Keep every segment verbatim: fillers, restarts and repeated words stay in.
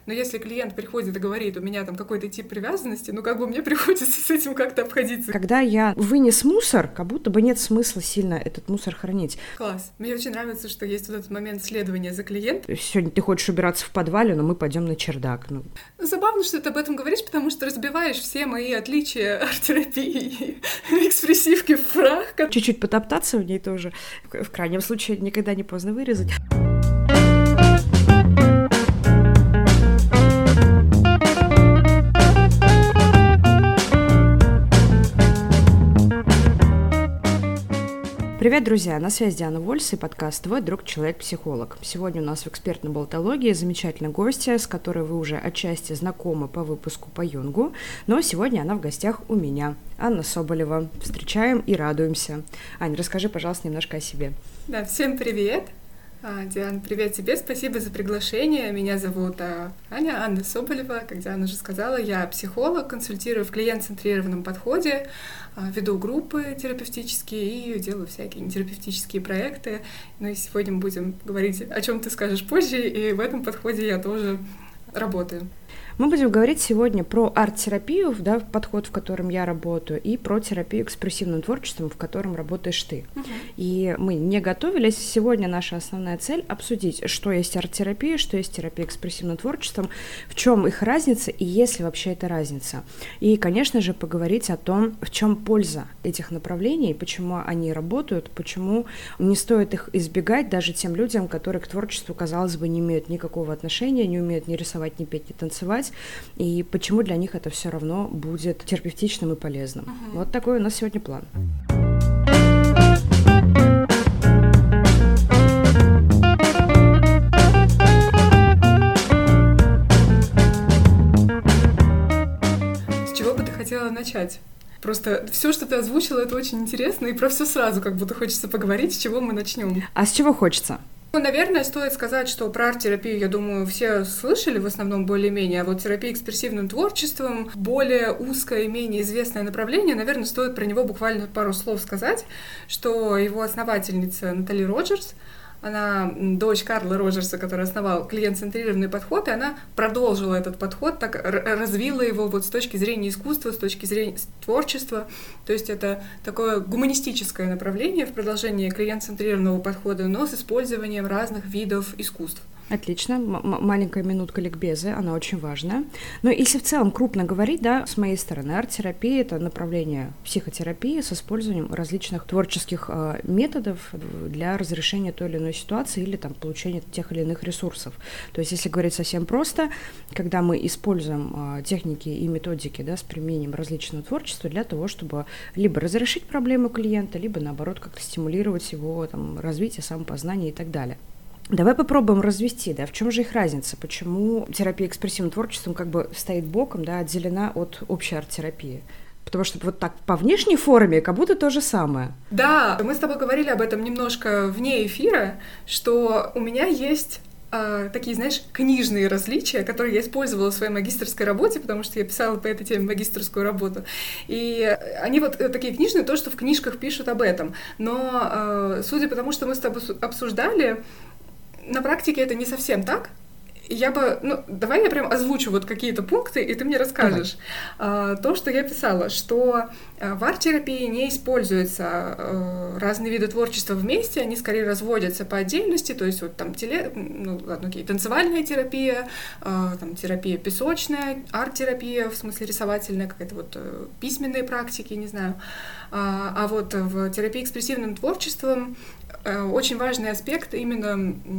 Но если клиент приходит и говорит, у меня там какой-то тип привязанности, ну как бы мне приходится с этим как-то обходиться. Когда я вынес мусор, как будто бы нет смысла сильно этот мусор хранить. Класс. Мне очень нравится, что есть вот этот момент следования за клиентом. Сегодня ты хочешь убираться в подвале, но мы пойдем на чердак. Ну. Ну, забавно, что ты об этом говоришь, потому что разбиваешь все мои отличия арт-терапии и экспрессивки в прах. Чуть-чуть потоптаться в ней тоже. В крайнем случае никогда не поздно вырезать. Привет, друзья! На связи Диана Вольс и подкаст «Твой друг человек-психолог». Сегодня у нас в экспертной болтологии замечательная гостья, с которой вы уже отчасти знакомы по выпуску по Юнгу, но сегодня она в гостях у меня, Анна Соболева. Встречаем и радуемся. Ань, расскажи, пожалуйста, немножко о себе. Да, всем привет! Диан, привет тебе, спасибо за приглашение. Меня зовут Аня, Анна Соболева. Как Диана уже сказала, я психолог, консультирую в клиент-центрированном подходе, веду группы терапевтические и делаю всякие терапевтические проекты. Ну и сегодня мы будем говорить, о чем ты скажешь позже, и в этом подходе я тоже работаю. Мы будем говорить сегодня про арт-терапию, да, подход, в котором я работаю, и про терапию экспрессивным творчеством, в котором работаешь ты. Uh-huh. И мы не готовились. Сегодня наша основная цель — обсудить, что есть арт-терапия, что есть терапия экспрессивным творчеством, в чем их разница и есть ли вообще эта разница. И, конечно же, поговорить о том, в чем польза этих направлений, почему они работают, почему не стоит их избегать даже тем людям, которые к творчеству, казалось бы, не имеют никакого отношения, не умеют ни рисовать, ни петь, ни танцевать, и почему для них это все равно будет терапевтичным и полезным. Uh-huh. Вот такой у нас сегодня план. С чего бы ты хотела начать? Просто все, что ты озвучила, это очень интересно, и про все сразу как будто хочется поговорить, с чего мы начнем. А с чего хочется? Ну, наверное, стоит сказать, что про арт-терапию, я думаю, все слышали в основном более-менее, а вот терапия экспрессивным творчеством, более узкое и менее известное направление, наверное, стоит про него буквально пару слов сказать, что его основательница Натали Роджерс, она дочь Карла Роджерса, который основал клиент-центрированный подход, и она продолжила этот подход, так развила его вот с точки зрения искусства, с точки зрения творчества. То есть это такое гуманистическое направление в продолжении клиент-центрированного подхода, но с использованием разных видов искусств. Отлично. М- маленькая минутка ликбезы, она очень важная. Но если в целом крупно говорить, да, с моей стороны, арт-терапия — это направление психотерапии с использованием различных творческих э, методов для разрешения той или иной ситуации или там, получения тех или иных ресурсов. То есть, если говорить совсем просто, когда мы используем э, техники и методики, да, с применением различного творчества для того, чтобы либо разрешить проблему клиента, либо, наоборот, как-то стимулировать его там, развитие, самопознание и так далее. Давай попробуем развести, да, в чем же их разница, почему терапия экспрессивным творчеством как бы стоит боком, да, отделена от общей арт-терапии. Потому что вот так по внешней форме как будто то же самое. Да, мы с тобой говорили об этом немножко вне эфира, что у меня есть э, такие, знаешь, книжные различия, которые я использовала в своей магистерской работе, потому что я писала по этой теме магистерскую работу. И они вот такие книжные, то, что в книжках пишут об этом. Но э, судя по тому, что мы с тобой обсуждали, на практике это не совсем так. Я бы, ну, давай я прям озвучу вот какие-то пункты, и ты мне расскажешь. А, то, что я писала, что в арт-терапии не используются а, разные виды творчества вместе, они скорее разводятся по отдельности, то есть вот там теле, ну, ладно, окей, танцевальная терапия, а, там терапия песочная, арт-терапия, в смысле рисовательная, какая-то вот письменные практики, не знаю. А, а вот в терапии экспрессивным творчеством очень важный аспект именно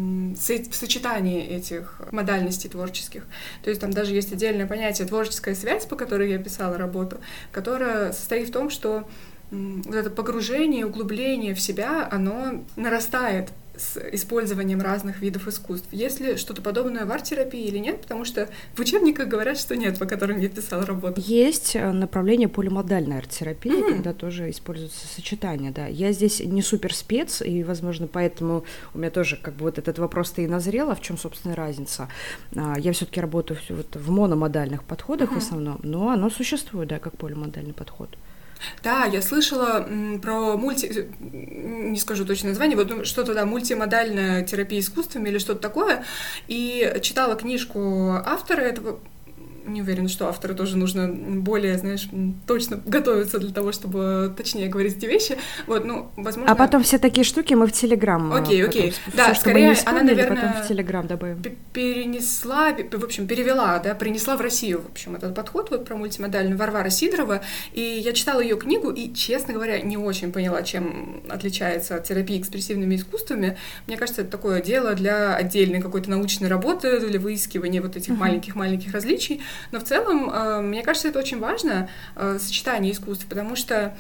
в сочетании этих модальностей творческих. То есть там даже есть отдельное понятие «творческая связь», по которой я писала работу, которая состоит в том, что вот это погружение, углубление в себя, оно нарастает с использованием разных видов искусств. Есть ли что-то подобное в арт-терапии или нет? Потому что в учебниках говорят, что нет, по которым я писала работу. Есть направление полимодальной арт-терапии, mm-hmm. когда тоже используется сочетание, да. Я здесь не суперспец, и, возможно, поэтому у меня тоже как бы вот этот вопрос-то и назрел, а в чем, собственно, разница. Я все-таки работаю вот в мономодальных подходах mm-hmm. в основном, но оно существует, да, как полимодальный подход. Да, я слышала м, про мульти... не скажу точное название, вот что-то, да, мультимодальная терапия искусствами или что-то такое, и читала книжку автора этого. Не уверена, что автору тоже нужно более, знаешь, точно готовиться для того, чтобы точнее говорить эти вещи. Вот, ну, возможно... А потом все такие штуки мы в Телеграм. Окей, окей. Потом, да, все, скорее она, наверное, потом в Телеграм добавим. перенесла, в общем, перевела, да, принесла в Россию, в общем, этот подход вот про мультимодальную Варвара Сидорова. И я читала ее книгу и, честно говоря, не очень поняла, чем отличается от терапии экспрессивными искусствами. Мне кажется, это такое дело для отдельной какой-то научной работы, для выискивания вот этих uh-huh. маленьких-маленьких различий. Но в целом, э, мне кажется, это очень важно, э, сочетание искусств, потому что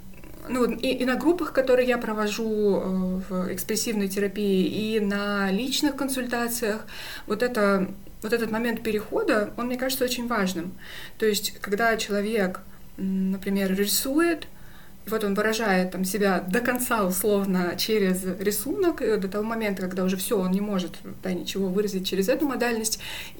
ну, и, и на группах, которые я провожу э, в экспрессивной терапии, и на личных консультациях, вот, это, вот этот момент перехода, он, мне кажется, очень важным. То есть, когда человек, например, рисует, вот он выражает там, себя до конца условно через рисунок, до того момента, когда уже все, он не может да, ничего выразить через эту модальность,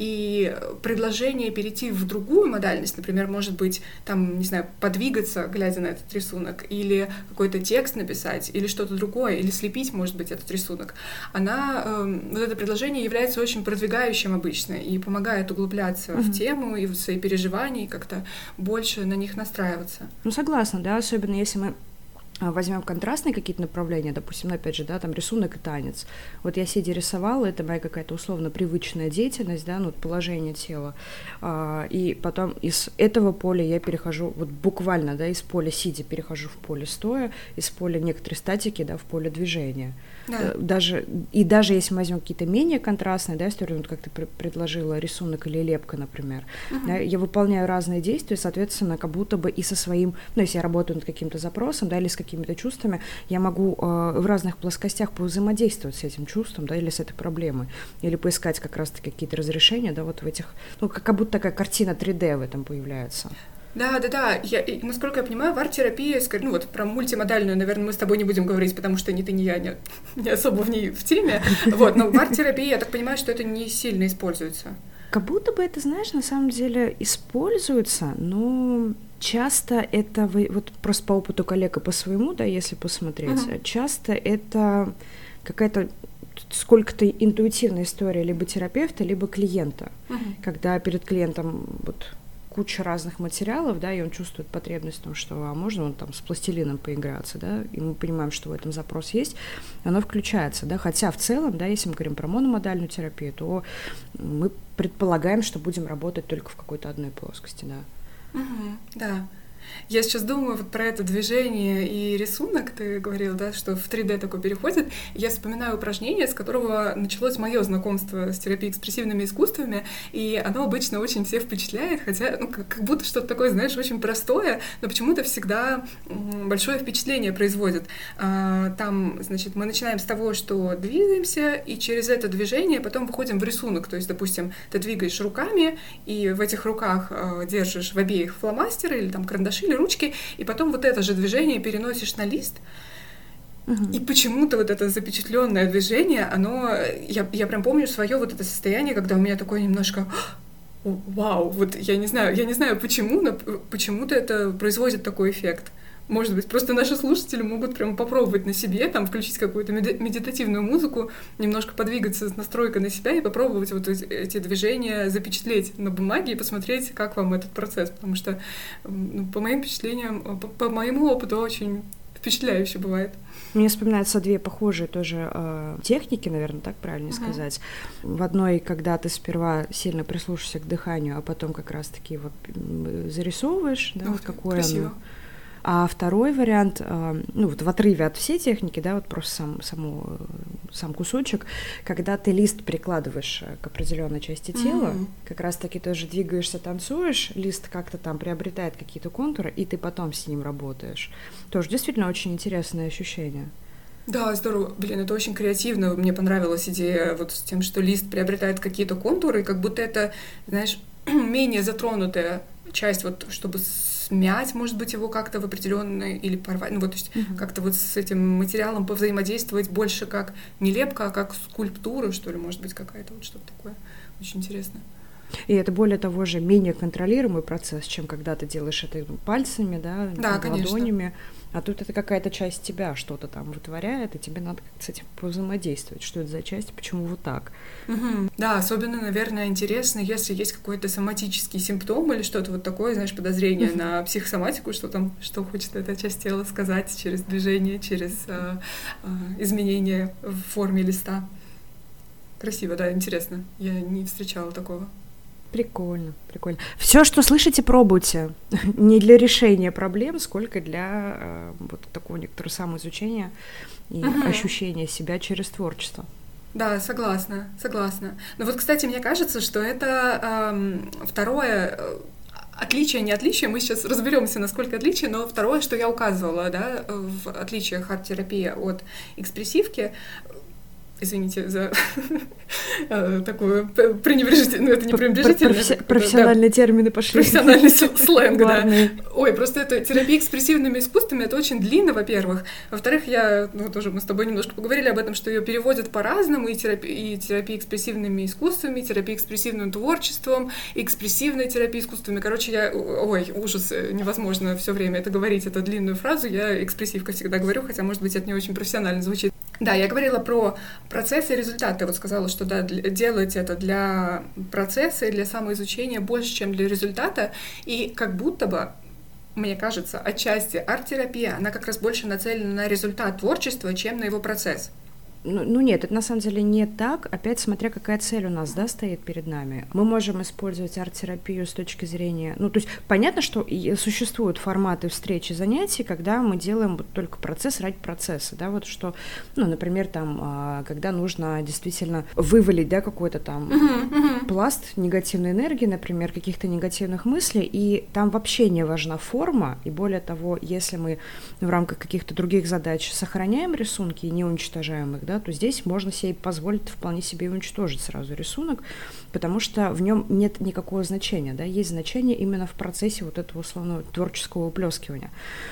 и предложение перейти в другую модальность, например, может быть, там, не знаю, подвигаться, глядя на этот рисунок, или какой-то текст написать, или что-то другое, или слепить, может быть, этот рисунок, она, э, вот это предложение является очень продвигающим обычно и помогает углубляться mm-hmm. в тему и в свои переживания, и как-то больше на них настраиваться. Ну, согласна, да, особенно если мы возьмем контрастные какие-то направления, допустим, ну, опять же, да, там рисунок и танец. Вот я сидя рисовала, это моя какая-то условно привычная деятельность, да, ну, положение тела, а, и потом из этого поля я перехожу, вот буквально, да, из поля сидя перехожу в поле стоя, из поля некоторой статики, да, в поле движения. Да. Даже, и даже если мы возьмем какие-то менее контрастные, да, истории, вот как ты пр- предложила, рисунок или лепка, например, uh-huh. да, я выполняю разные действия, соответственно, как будто бы и со своим, ну, если я работаю над каким-то запросом, да, или с какими-то чувствами, я могу э, в разных плоскостях повзаимодействовать с этим чувством, да, или с этой проблемой, или поискать как раз-таки какие-то разрешения, да, вот в этих, ну, как будто такая картина три дэ в этом появляется. Да, да, да. Я, и, насколько я понимаю, в арт-терапии, ну вот про мультимодальную, наверное, мы с тобой не будем говорить, потому что ни ты, ни я не, не особо в ней в теме. Вот, но в арт-терапии, я так понимаю, что это не сильно используется. Как будто бы это, знаешь, на самом деле используется, но часто это, вот просто по опыту коллег и по своему, да, если посмотреть, uh-huh. часто это какая-то сколько-то интуитивная история либо терапевта, либо клиента, uh-huh. когда перед клиентом вот куча разных материалов, да, и он чувствует потребность в том, что а можно он там с пластилином поиграться, да, и мы понимаем, что в этом запрос есть, оно включается, да, хотя в целом, да, если мы говорим про мономодальную терапию, то мы предполагаем, что будем работать только в какой-то одной плоскости, да. Угу, да. Я сейчас думаю вот про это движение и рисунок, ты говорил, да, что в три дэ такой переходит. Я вспоминаю упражнение, с которого началось мое знакомство с терапией экспрессивными искусствами, и оно обычно очень всех впечатляет, хотя ну, как, как будто что-то такое, знаешь, очень простое, но почему-то всегда большое впечатление производит. Там, значит, мы начинаем с того, что двигаемся, и через это движение потом выходим в рисунок. То есть, допустим, ты двигаешь руками, и в этих руках держишь в обеих фломастеры или там карандаши, или ручки, и потом вот это же движение переносишь на лист, uh-huh. и почему-то вот это запечатленное движение, оно, я, я прям помню свое вот это состояние, когда у меня такое немножко вау, вот я не знаю, я не знаю почему, но почему-то это производит такой эффект. Может быть, просто наши слушатели могут прям попробовать на себе, там, включить какую-то медитативную музыку, немножко подвигаться с настройкой на себя и попробовать вот эти движения запечатлеть на бумаге и посмотреть, как вам этот процесс, потому что, ну, по моим впечатлениям, по, по моему опыту очень впечатляюще бывает. Мне вспоминаются две похожие тоже э, техники, наверное, так правильно uh-huh. сказать. В одной, когда ты сперва сильно прислушаешься к дыханию, а потом как раз-таки вот зарисовываешь, да, вот какое красиво. оно. А второй вариант, ну вот в отрыве от всей техники, да, вот просто сам, саму, сам кусочек, когда ты лист прикладываешь к определенной части тела, mm-hmm. как раз-таки тоже двигаешься, танцуешь, лист как-то там приобретает какие-то контуры, и ты потом с ним работаешь. Тоже действительно очень интересное ощущение. Да, здорово. Блин, это очень креативно. Мне понравилась идея вот с тем, что лист приобретает какие-то контуры, как будто это, знаешь, менее затронутая часть, вот чтобы смять, может быть, его как-то в определенный или порвать, ну вот, то есть uh-huh. как-то вот с этим материалом повзаимодействовать больше как не лепка, а как скульптура, что ли, может быть, какая-то вот что-то такое. Очень интересно. И это, более того же, менее контролируемый процесс, чем когда ты делаешь это пальцами, да, Да, ладонями. А тут это какая-то часть тебя что-то там вытворяет, и тебе надо как-то с этим повзаимодействовать. Что это за часть, почему вот так? Угу. Да, особенно, наверное, интересно, если есть какой-то соматический симптом или что-то вот такое, знаешь, подозрение uh-huh. на психосоматику, что там, что хочет эта часть тела сказать через движение, через э, э, изменение в форме листа. Красиво, да, интересно. Я не встречала такого. Прикольно, прикольно. Все, что слышите, пробуйте. Не для решения проблем, сколько для э, вот такого некоторого самоизучения и uh-huh. ощущения себя через творчество. Да, согласна, согласна. Но вот, кстати, мне кажется, что это эм, второе отличие, не отличие, мы сейчас разберемся, насколько отличие, но второе, что я указывала, да, в отличиях арт-терапии от экспрессивки. Извините за такую пренебрежительную, ну это не пренебрежительное. Профессиональные термины пошли. Профессиональный сленг, да. Ой, просто это терапия экспрессивными искусствами, это очень длинно, во-первых. Во-вторых, я, ну тоже мы с тобой немножко поговорили об этом, что ее переводят по-разному, и терапия, и терапия экспрессивными искусствами, и терапия экспрессивным творчеством, и экспрессивная терапия искусствами. Короче, я, ой, ужас, невозможно все время это говорить, эту длинную фразу, я экспрессивка всегда говорю, хотя, может быть, это не очень профессионально звучит. Да, я говорила про процесс и результат. Ты вот сказала, что да, делать это для процесса и для самоизучения больше, чем для результата. И как будто бы, мне кажется, отчасти арт-терапия, она как раз больше нацелена на результат творчества, чем на его процесс. Ну, ну нет, это на самом деле не так, опять смотря какая цель у нас, да, стоит перед нами. Мы можем использовать арт-терапию с точки зрения, ну то есть понятно, что существуют форматы встреч и занятий, когда мы делаем вот только процесс ради процесса, да, вот что, ну, например, там, когда нужно действительно вывалить, да, какой-то там uh-huh, uh-huh. пласт негативной энергии, например, каких-то негативных мыслей, и там вообще не важна форма, и более того, если мы в рамках каких-то других задач сохраняем рисунки и не уничтожаем их, да, то здесь можно себе позволить вполне себе уничтожить сразу рисунок, потому что в нем нет никакого значения, да, есть значение именно в процессе вот этого условного творческого выплескивания.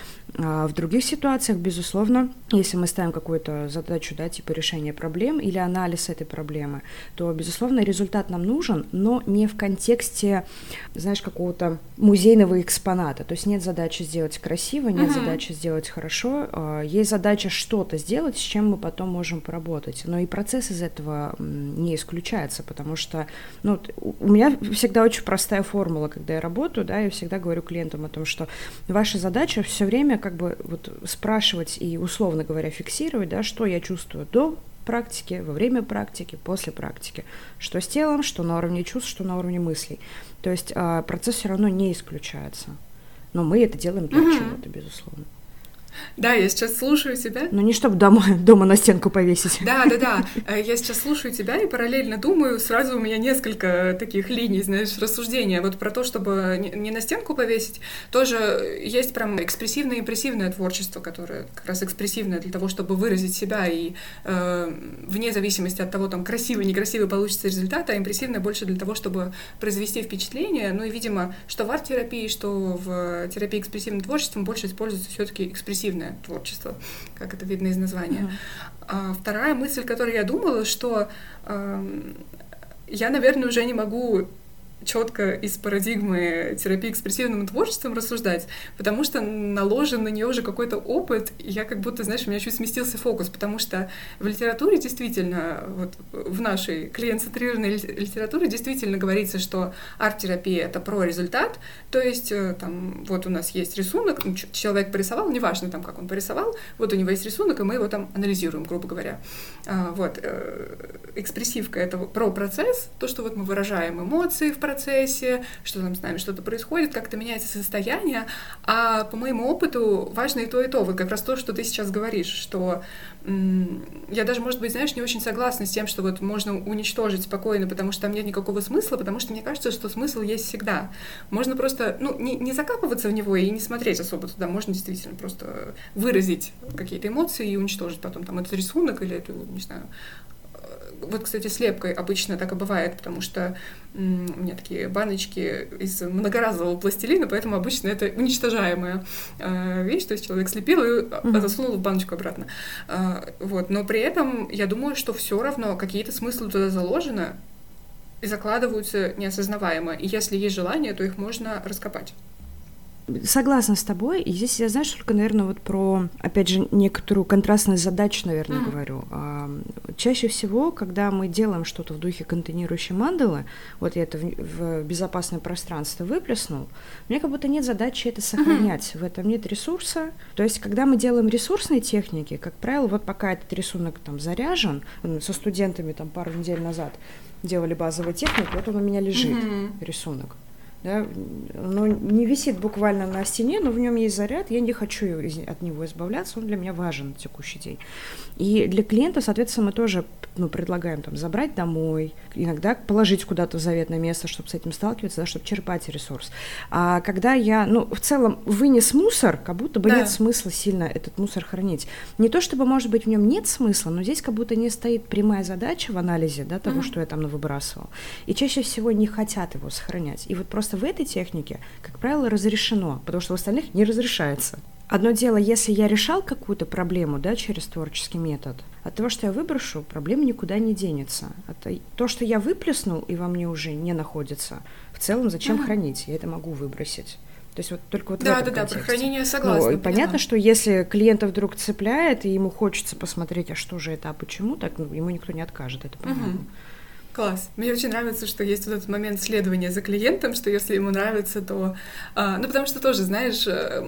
А в других ситуациях, безусловно, если мы ставим какую-то задачу, да, типа решения проблем или анализ этой проблемы, то, безусловно, результат нам нужен, но не в контексте, знаешь, какого-то музейного экспоната. То есть нет задачи сделать красиво, нет uh-huh. задачи сделать хорошо, есть задача что-то сделать, с чем мы потом можем поработать. Но и процесс из этого не исключается, потому что, ну, у меня всегда очень простая формула, когда я работаю, да, я всегда говорю клиентам о том, что ваша задача все время как бы вот спрашивать и, условно говоря, фиксировать, да, что я чувствую до практики, во время практики, после практики, что с телом, что на уровне чувств, что на уровне мыслей. То есть а, процесс все равно не исключается. Но мы это делаем для mm-hmm. чего-то, безусловно. Да, я сейчас слушаю тебя. Ну, не чтобы дома, дома на стенку повесить. Да, да, да. Я сейчас слушаю тебя и параллельно думаю, сразу у меня несколько таких линий, знаешь, рассуждения. Вот про то, чтобы не на стенку повесить, тоже есть прям экспрессивное и импрессивное творчество, которое как раз экспрессивное для того, чтобы выразить себя, и э, вне зависимости от того, там, красивый, некрасивый получится результат, а импрессивное больше для того, чтобы произвести впечатление. Ну и, видимо, что в арт-терапии, что в терапии экспрессивным творчеством больше используется все-таки экспрессивное творчество, как это видно из названия. Uh-huh. А вторая мысль, которой я думала, что э, я, наверное, уже не могу четко из парадигмы терапии экспрессивным творчеством рассуждать, потому что наложен на нее уже какой-то опыт, и я как будто, знаешь, у меня чуть сместился фокус, потому что в литературе действительно, вот в нашей клиент-центрированной литературе действительно говорится, что арт-терапия — это про результат, то есть там вот у нас есть рисунок, человек порисовал, неважно там, как он порисовал, вот у него есть рисунок, и мы его там анализируем, грубо говоря. Вот. Экспрессивка — это про процесс, то, что вот мы выражаем эмоции в процессе, процессе, что там с нами что-то происходит, как-то меняется состояние, а по моему опыту важно и то, и то, вот как раз то, что ты сейчас говоришь, что м- я даже, может быть, знаешь, не очень согласна с тем, что вот можно уничтожить спокойно, потому что там нет никакого смысла, потому что мне кажется, что смысл есть всегда. Можно просто, ну, не, не закапываться в него и не смотреть особо туда, можно действительно просто выразить какие-то эмоции и уничтожить потом там этот рисунок или эту, не знаю. Вот, кстати, с лепкой обычно так и бывает, потому что м- у меня такие баночки из многоразового пластилина, поэтому обычно это уничтожаемая э, вещь, то есть человек слепил и mm-hmm. засунул в баночку обратно. Э, вот. Но при этом я думаю, что все равно какие-то смыслы туда заложены, и закладываются неосознаваемо. И если есть желание, то их можно раскопать. Согласна с тобой. И здесь я, знаешь, только, наверное, вот про, опять же, некоторую контрастность задач, наверное, mm. говорю. А, чаще всего, когда мы делаем что-то в духе контейнирующей мандалы, вот я это в, в безопасное пространство выплеснул, у меня как будто нет задачи это сохранять. Mm-hmm. В этом нет ресурса. То есть, когда мы делаем ресурсные техники, как правило, вот пока этот рисунок там заряжен, со студентами там пару недель назад делали базовую технику, вот он у меня лежит, mm-hmm. рисунок. Да, но не висит буквально на стене, но в нем есть заряд, я не хочу от него избавляться, он для меня важен на текущий день. И для клиента, соответственно, мы тоже ну, предлагаем там, забрать домой, иногда положить куда-то в заветное место, чтобы с этим сталкиваться, да, чтобы черпать ресурс. А когда я, ну, в целом вынес мусор, как будто бы да. нет смысла сильно этот мусор хранить. Не то чтобы, может быть, в нем нет смысла, но здесь как будто не стоит прямая задача в анализе да, того, mm-hmm. что я там навыбрасывал. И чаще всего не хотят его сохранять. И вот просто в этой технике, как правило, разрешено, потому что в остальных не разрешается. Одно дело, если я решал какую-то проблему, да, через творческий метод, от того, что я выброшу, проблема никуда не денется. Это то, что я выплеснул и во мне уже не находится, в целом зачем ага. хранить? Я это могу выбросить. То есть вот только вот да, в этом да, контексте. Да, про хранение согласна. Ну, понятно, что если клиента вдруг цепляет, и ему хочется посмотреть, а что же это, а почему так, ну, ему никто не откажет, это понятно. Угу. Класс. Мне очень нравится, что есть вот этот момент следования за клиентом, что если ему нравится, то... А, ну, потому что тоже, знаешь...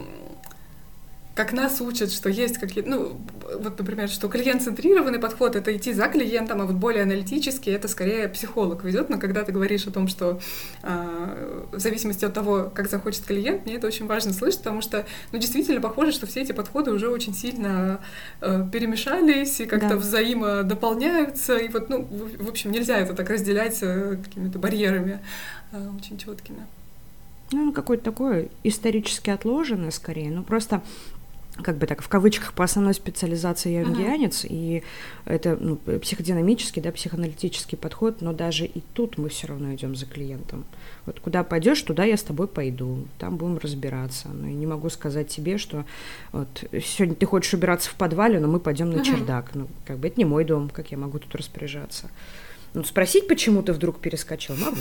Как нас учат, что есть какие-то, ну, вот, например, что клиент-центрированный подход — это идти за клиентом, а вот более аналитический — это скорее психолог ведет. Но когда ты говоришь о том, что э, в зависимости от того, как захочет клиент, мне это очень важно слышать, потому что, ну, действительно похоже, что все эти подходы уже очень сильно э, перемешались и как-то да. взаимодополняются. И вот, ну, в, в общем, нельзя это так разделять э, какими-то барьерами э, очень четкими. Ну, какое-то такое исторически отложенное, скорее, ну, просто... как бы так, в кавычках, по основной специализации я юнгианец, uh-huh. и это ну, психодинамический, да, психоаналитический подход, но даже и тут мы все равно идем за клиентом. Вот куда пойдешь, туда я с тобой пойду, там будем разбираться. Но я не могу сказать тебе, что вот сегодня ты хочешь убираться в подвале, но мы пойдем на uh-huh. чердак. Ну, как бы это не мой дом, как я могу тут распоряжаться. Ну, спросить, почему ты вдруг перескочил, могу.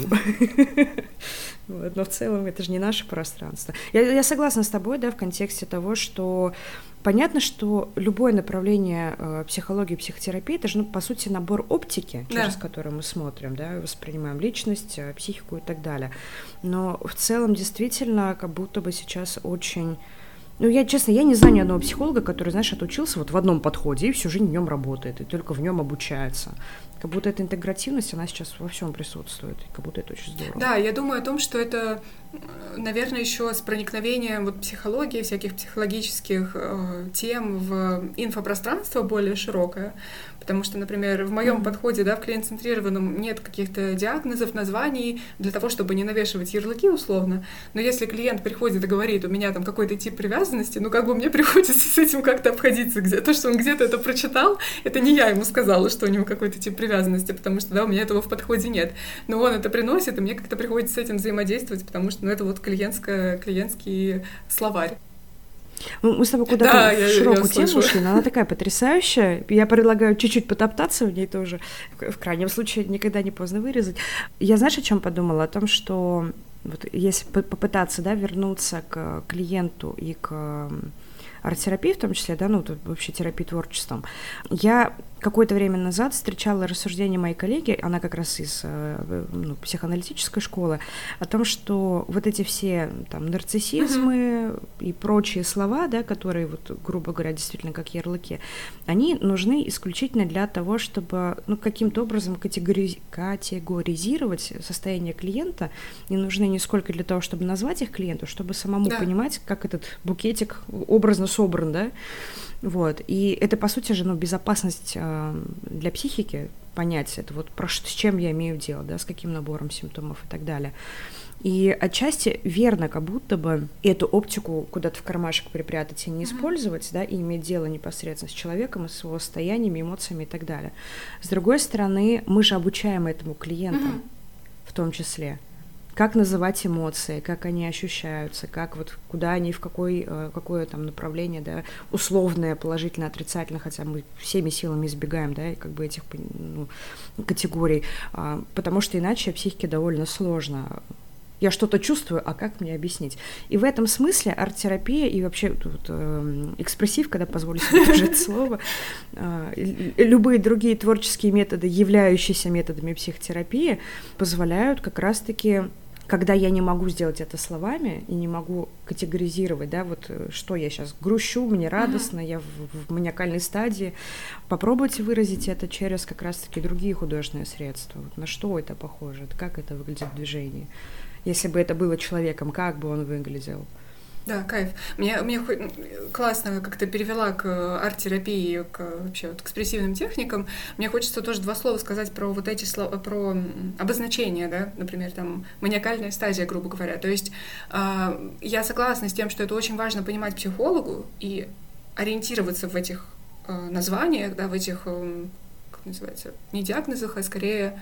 Вот, но в целом это же не наше пространство. Я, я согласна с тобой, да, в контексте того, что понятно, что любое направление э, психологии и психотерапии — это же, ну, по сути, набор оптики, через да. который мы смотрим, да, воспринимаем личность, э, психику и так далее. Но в целом действительно как будто бы сейчас очень... Ну, я, честно, я не знаю ни одного психолога, который, знаешь, отучился вот в одном подходе и всю жизнь в нем работает, и только в нем обучается. Как будто эта интегративность, она сейчас во всем присутствует, и как будто это очень здорово. Да, я думаю о том, что это, наверное, еще с проникновением вот психологии, всяких психологических э, тем в инфопространство более широкое. Потому что, например, в моем mm-hmm. подходе, да, в клиент-центрированном нет каких-то диагнозов, названий для того, чтобы не навешивать ярлыки условно. Но если клиент приходит и говорит, у меня там какой-то тип привязанности, ну как бы мне приходится с этим как-то обходиться. То, что он где-то это прочитал, это не я ему сказала, что у него какой-то тип привязанности, потому что, да, у меня этого в подходе нет. Но он это приносит, и мне как-то приходится с этим взаимодействовать, потому что, ну, это вот клиентская, клиентский словарь. Мы с тобой куда-то да, в широкую тему ушли, но она такая потрясающая. Я предлагаю чуть-чуть потоптаться в ней тоже. В крайнем случае, никогда не поздно вырезать. Я, знаешь, о чем подумала? О том, что вот если попытаться, да, вернуться к клиенту и к арт-терапии в том числе, да, ну, вообще терапии творчеством, я какое-то время назад встречала рассуждение моей коллеги, она как раз из ну, психоаналитической школы, о том, что вот эти все там нарциссизмы uh-huh. и прочие слова, да, которые, вот, грубо говоря, действительно как ярлыки, они нужны исключительно для того, чтобы ну, каким-то образом категори- категоризировать состояние клиента, не нужны не сколько для того, чтобы назвать их клиенту, чтобы самому да. понимать, как этот букетик образно собран, да. Вот. И это, по сути же, ну, безопасность э, для психики, понять это, вот про что, с чем я имею дело, да, с каким набором симптомов и так далее. И отчасти верно, как будто бы эту оптику куда-то в кармашек припрятать и не использовать, mm-hmm. да, и иметь дело непосредственно с человеком, с его состояниями, эмоциями и так далее. С другой стороны, мы же обучаем этому клиента mm-hmm. в том числе. как называть эмоции, как они ощущаются, как вот куда они, в какой, какое там направление, да, условное, положительное, отрицательное, хотя мы всеми силами избегаем, да, как бы этих, ну, категорий, потому что иначе психике довольно сложно. Я что-то чувствую, а как мне объяснить? И в этом смысле арт-терапия и вообще вот, э, экспрессив, когда позволю себе тоже это слово, э, любые другие творческие методы, являющиеся методами психотерапии, позволяют как раз-таки, когда я не могу сделать это словами и не могу категоризировать, да, вот что я сейчас грущу, мне радостно, mm-hmm. я в, в маниакальной стадии, попробуйте выразить это через как раз-таки другие художественные средства. Вот на что это похоже, как это выглядит в движении. Если бы это было человеком, как бы он выглядел? Да, кайф. Мне, мне классно, как ты перевела к арт-терапии, к вообще вот, к экспрессивным техникам. Мне хочется тоже два слова сказать про вот эти слова, про обозначения, да, например, там маниакальная стадия, грубо говоря. То есть э, я согласна с тем, что это очень важно понимать психологу и ориентироваться в этих э, названиях, да, в этих, э, как называется, не диагнозах, а скорее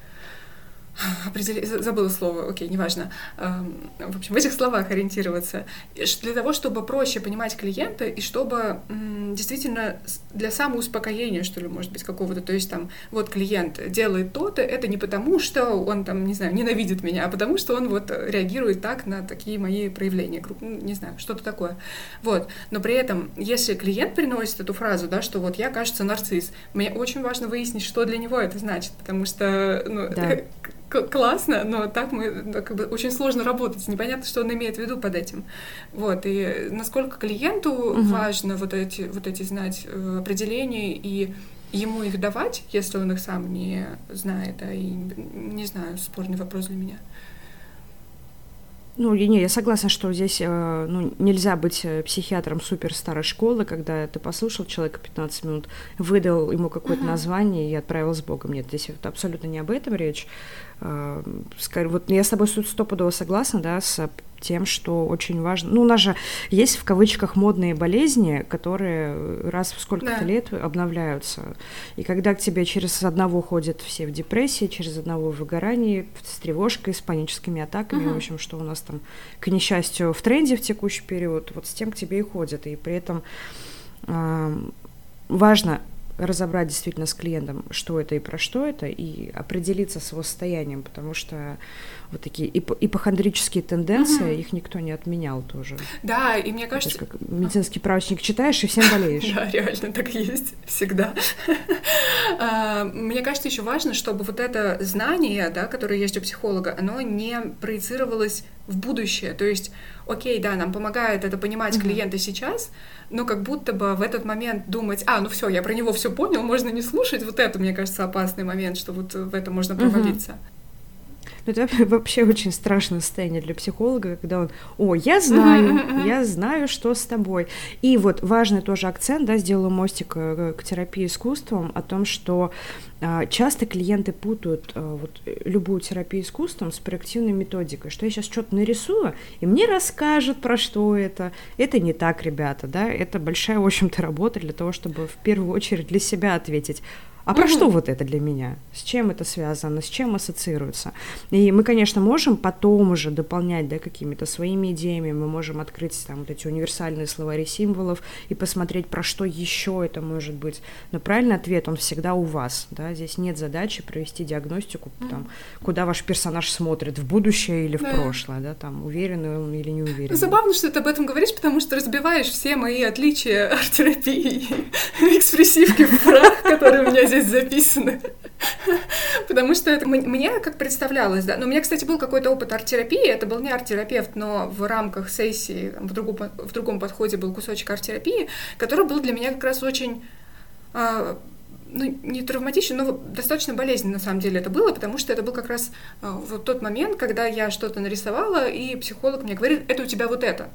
Определи... Забыла слово, окей, неважно. В общем, в этих словах ориентироваться. Для того, чтобы проще понимать клиента и чтобы действительно для самоуспокоения, что ли, может быть, какого-то. То есть там, вот клиент делает то-то, это не потому, что он там, не знаю, ненавидит меня, а потому что он вот реагирует так на такие мои проявления. Не знаю, что-то такое. Вот. Но при этом, если клиент приносит эту фразу, да, что вот я, кажется, нарцисс, мне очень важно выяснить, что для него это значит, потому что, ну, да. классно, но так мы как бы очень сложно работать, непонятно, что он имеет в виду под этим. Вот, и насколько клиенту угу. важно вот эти, вот эти знать определения и ему их давать, если он их сам не знает, а и не знаю, спорный вопрос для меня. Ну, не, я согласна, что здесь ну, нельзя быть психиатром супер старой школы, когда ты послушал человека пятнадцать минут, выдал ему какое-то uh-huh. название и отправил с Богом. Нет, здесь вот абсолютно не об этом речь. Вот я с тобой стопудово согласна, да, с тем, что очень важно. Ну, у нас же есть в кавычках модные болезни, которые раз в сколько-то да. лет обновляются. И когда к тебе через одного ходят все в депрессии, через одного в выгорании, с тревожкой, с паническими атаками, угу. в общем, что у нас там, к несчастью, в тренде в текущий период, вот с тем к тебе и ходят. И при этом э, важно разобрать действительно с клиентом, что это и про что это, и определиться с его состоянием, потому что вот такие ип- ипохондрические тенденции, mm-hmm. их никто не отменял тоже. Да, и мне кажется... Это как медицинский справочник читаешь, и всем болеешь. Да, реально так и есть, всегда. Мне кажется, еще важно, чтобы вот это знание, да, которое есть у психолога, оно не проецировалось в будущее. То есть, окей, да, нам помогает это понимать клиента сейчас, но как будто бы в этот момент думать, а, ну все, я про него все понял, можно не слушать, вот это, мне кажется, опасный момент, что вот в это можно провалиться. Ну, это вообще очень страшное состояние для психолога, когда он, о, я знаю, я знаю, что с тобой. И вот важный тоже акцент, да, сделала мостик к терапии искусством, о том, что а, часто клиенты путают а, вот, любую терапию искусством с проективной методикой, что я сейчас что-то нарисую, и мне расскажут, про что это. Это не так, ребята, да, это большая, в общем-то, работа для того, чтобы в первую очередь для себя ответить, а про угу. что вот это для меня? С чем это связано? С чем ассоциируется? И мы, конечно, можем потом уже дополнять, да, какими-то своими идеями, мы можем открыть там вот эти универсальные словари символов и посмотреть, про что еще это может быть. Но правильный ответ, он всегда у вас, да, здесь нет задачи провести диагностику, угу. там, куда ваш персонаж смотрит, в будущее или в да. прошлое, да, там, уверенный он или не уверенный. Забавно, что ты об этом говоришь, потому что разбиваешь все мои отличия арт-терапии и экспрессивки в прах, которые у меня здесь записаны. Потому что это мне как представлялось, да. Но у меня, кстати, был какой-то опыт арт-терапии. Это был не арт-терапевт, но в рамках сессии в другом, в другом подходе был кусочек арт-терапии, который был для меня как раз очень... А, ну, не травматичен, но достаточно болезненно на самом деле это было, потому что это был как раз а, вот тот момент, когда я что-то нарисовала, и психолог мне говорит, это у тебя вот это.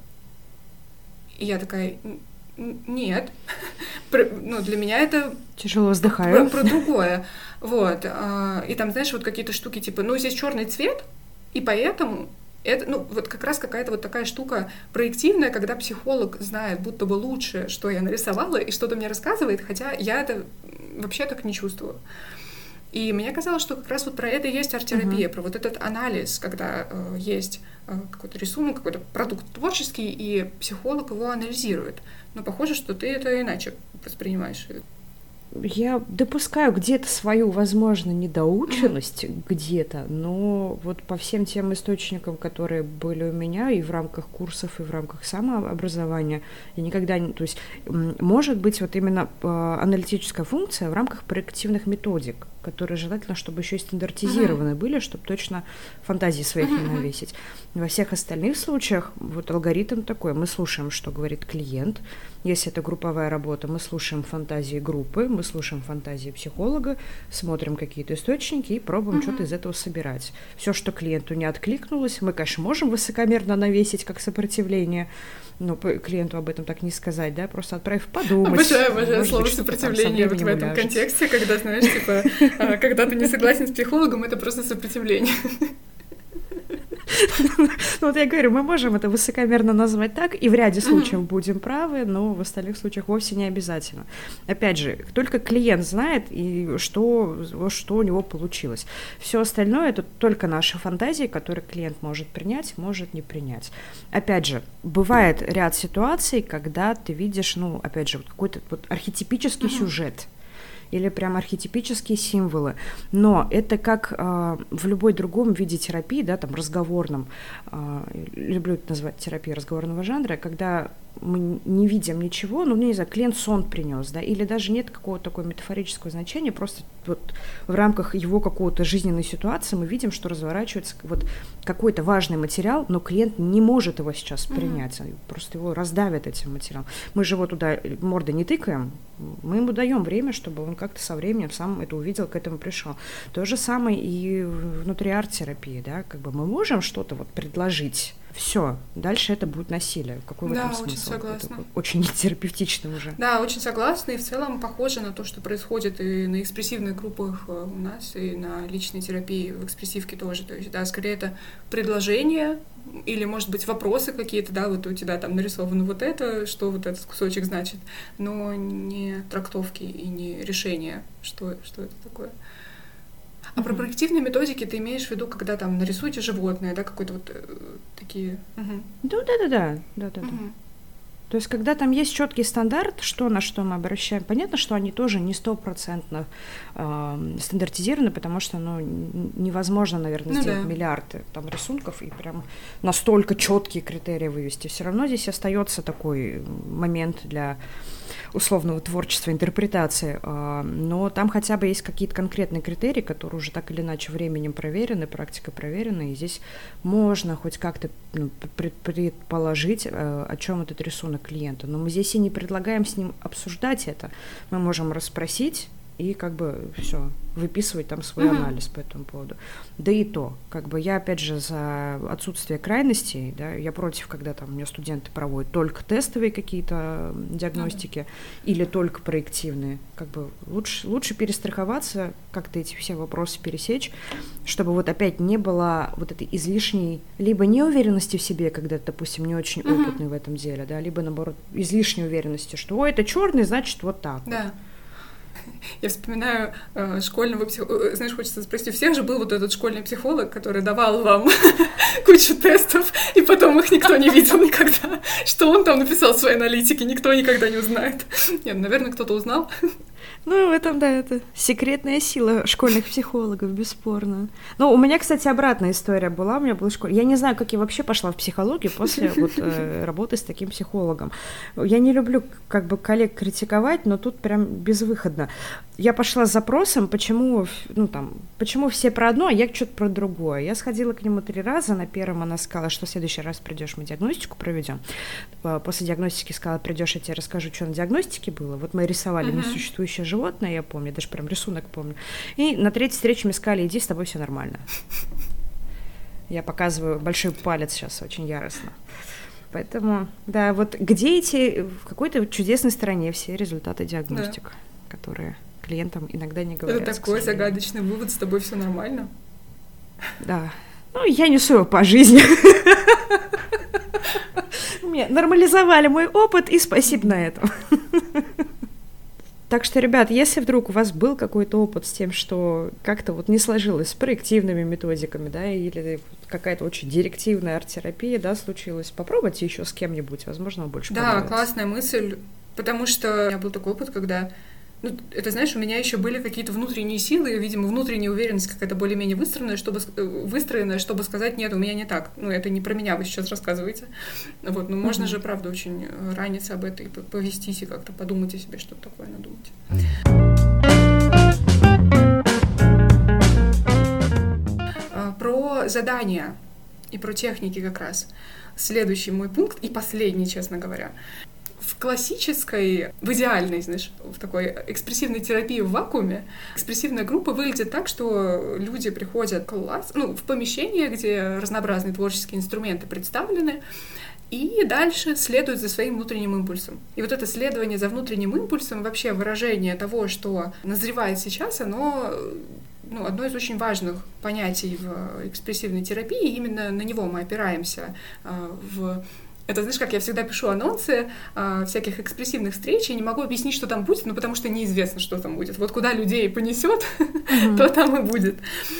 И я такая... Нет. Ну, для меня это... Тяжело вздыхаю. Про, про другое. Вот. И там, знаешь, вот какие-то штуки типа, ну, здесь черный цвет, и поэтому это, ну, вот как раз какая-то вот такая штука проективная, когда психолог знает будто бы лучше, что я нарисовала, и что-то мне рассказывает, хотя я это вообще так не чувствую. И мне казалось, что как раз вот про это и есть арт-терапия, uh-huh. про вот этот анализ, когда э, есть э, какой-то рисунок, какой-то продукт творческий, и психолог его анализирует. Но похоже, что ты это иначе воспринимаешь. Я допускаю где-то свою, возможно, недоученность mm-hmm. где-то, но вот по всем тем источникам, которые были у меня и в рамках курсов, и в рамках самообразования, я никогда не... То есть, может быть, вот именно аналитическая функция в рамках проективных методик, которые желательно, чтобы еще и стандартизированы mm-hmm. были, чтобы точно фантазии своих mm-hmm. не навесить. Во всех остальных случаях вот алгоритм такой. Мы слушаем, что говорит клиент. Если это групповая работа, мы слушаем фантазии группы, мы слушаем фантазии психолога, смотрим какие-то источники и пробуем mm-hmm. что-то из этого собирать. Все, что клиенту не откликнулось, мы, конечно, можем высокомерно навесить как сопротивление, но клиенту об этом так не сказать, да, просто отправив подумать. Обожаю, обожаю слово «сопротивление» вот в этом контексте, когда, знаешь, типа, когда ты не согласен с психологом, это просто сопротивление. Ну вот я говорю, мы можем это высокомерно назвать так, и в ряде случаев будем правы, но в остальных случаях вовсе не обязательно. Опять же, только клиент знает, и что, что у него получилось. Все остальное — это только наши фантазии, которые клиент может принять, может не принять. Опять же, бывает ряд ситуаций, когда ты видишь, ну, опять же, вот какой-то вот архетипический uh-huh. сюжет, или прям архетипические символы. Но это как э, в любой другом виде терапии, да, там, разговорном, э, люблю это назвать терапией разговорного жанра, когда мы не видим ничего, ну, не знаю, клиент сон принес, да, или даже нет какого-то такого метафорического значения, просто вот в рамках его какого-то жизненной ситуации мы видим, что разворачивается вот какой-то важный материал, но клиент не может его сейчас принять, mm-hmm. просто его раздавит этим материалом. Мы же его туда мордой не тыкаем, мы ему даем время, чтобы он как-то со временем сам это увидел, к этому пришел. То же самое и внутри арт-терапии, да, как бы мы можем что-то вот предложить, все, дальше это будет насилие. Какой да, в этом очень смысл? согласна. Это очень терапевтично уже. Да, очень согласна, и в целом похоже на то, что происходит и на экспрессивных группах у нас, и на личной терапии в экспрессивке тоже. То есть, да, скорее это предложение, или, может быть, вопросы какие-то, да, вот у тебя там нарисовано вот это, что вот этот кусочек значит, но не трактовки и не решения, что, что это такое. А mm-hmm. про проективные методики ты имеешь в виду, когда там нарисуйте животное, да, какой-то вот э, такие... Mm-hmm. Да, да, да, да, да, да. Mm-hmm. То есть, когда там есть четкий стандарт, что на что мы обращаем, понятно, что они тоже не стопроцентно э, стандартизированы, потому что, ну, невозможно, наверное, ну, сделать да. миллиарды там рисунков и прям настолько четкие критерии вывести. Все равно здесь остается такой момент для условного творчества, интерпретации, э, но там хотя бы есть какие-то конкретные критерии, которые уже так или иначе временем проверены, практикой проверены, и здесь можно хоть как-то ну, предположить, э, о чем этот рисунок клиента. Но мы здесь и не предлагаем с ним обсуждать это. Мы можем расспросить и как бы все выписывать там свой mm-hmm. анализ по этому поводу. Да и то, как бы я опять же за отсутствие крайностей, да, я против, когда там у меня студенты проводят только тестовые какие-то диагностики mm-hmm. или только проективные. Как бы лучше, лучше перестраховаться, как-то эти все вопросы пересечь, чтобы вот опять не было вот этой излишней либо неуверенности в себе, когда ты, допустим, не очень mm-hmm. опытный в этом деле, да, либо наоборот излишней уверенности, что ой, это черный, значит вот так. Да. Вот. Я вспоминаю э, школьного психолога. Знаешь, хочется спросить, у всех же был вот этот школьный психолог, который давал вам кучу тестов, и потом их никто не видел никогда. Что он там написал в своей аналитике, никто никогда не узнает. Нет, наверное, кто-то узнал. Ну, в этом, да, это секретная сила школьных психологов, бесспорно. Ну, у меня, кстати, обратная история была. У меня была школа. Я не знаю, как я вообще пошла в психологию после вот, э, работы с таким психологом. Я не люблю как бы коллег критиковать, но тут прям безвыходно. Я пошла с запросом, почему, ну, там, почему все про одно, а я что-то про другое. Я сходила к нему три раза. На первом она сказала, что в следующий раз придешь, мы диагностику проведем. После диагностики сказала, придешь, я тебе расскажу, что на диагностике было. Вот мы рисовали uh-huh. несуществующее животное, я помню, даже прям рисунок помню. И на третьей встрече мне сказали, иди, с тобой все нормально. Я показываю большой палец сейчас очень яростно. Поэтому, да, вот где эти, в какой-то чудесной стране все результаты диагностик, да. которые клиентам иногда не говорят. Это такой загадочный вывод, с тобой все нормально. Да. Ну, я несу его по жизни. Мне нормализовали мой опыт, и спасибо на этом. Так что, ребят, если вдруг у вас был какой-то опыт с тем, что как-то вот не сложилось с проективными методиками, да, или какая-то очень директивная арт-терапия, да, случилась, попробуйте еще с кем-нибудь, возможно, вам больше понравится. Да, классная мысль, потому что у меня был такой опыт, когда, ну, это, знаешь, у меня еще были какие-то внутренние силы, видимо, внутренняя уверенность какая-то более-менее выстроенная, чтобы, выстроенная, чтобы сказать, нет, у меня не так. Ну, это не про меня вы сейчас рассказываете. Вот, но mm-hmm. можно же, правда, очень раниться об этом и повестись, и как-то подумать о себе, что-то такое надумать. Про задания и про техники как раз. Следующий мой пункт, и последний, честно говоря. В классической, в идеальной, знаешь, в такой экспрессивной терапии в вакууме экспрессивная группа выглядит так, что люди приходят в класс, ну, в помещение, где разнообразные творческие инструменты представлены, и дальше следуют за своим внутренним импульсом. И вот это следование за внутренним импульсом, вообще выражение того, что назревает сейчас, оно, ну, одно из очень важных понятий в экспрессивной терапии, и именно на него мы опираемся в... Это, знаешь, как я всегда пишу анонсы э, всяких экспрессивных встреч, и не могу объяснить, что там будет, ну, потому что неизвестно, что там будет. Вот куда людей понесет, mm-hmm. то там и будет.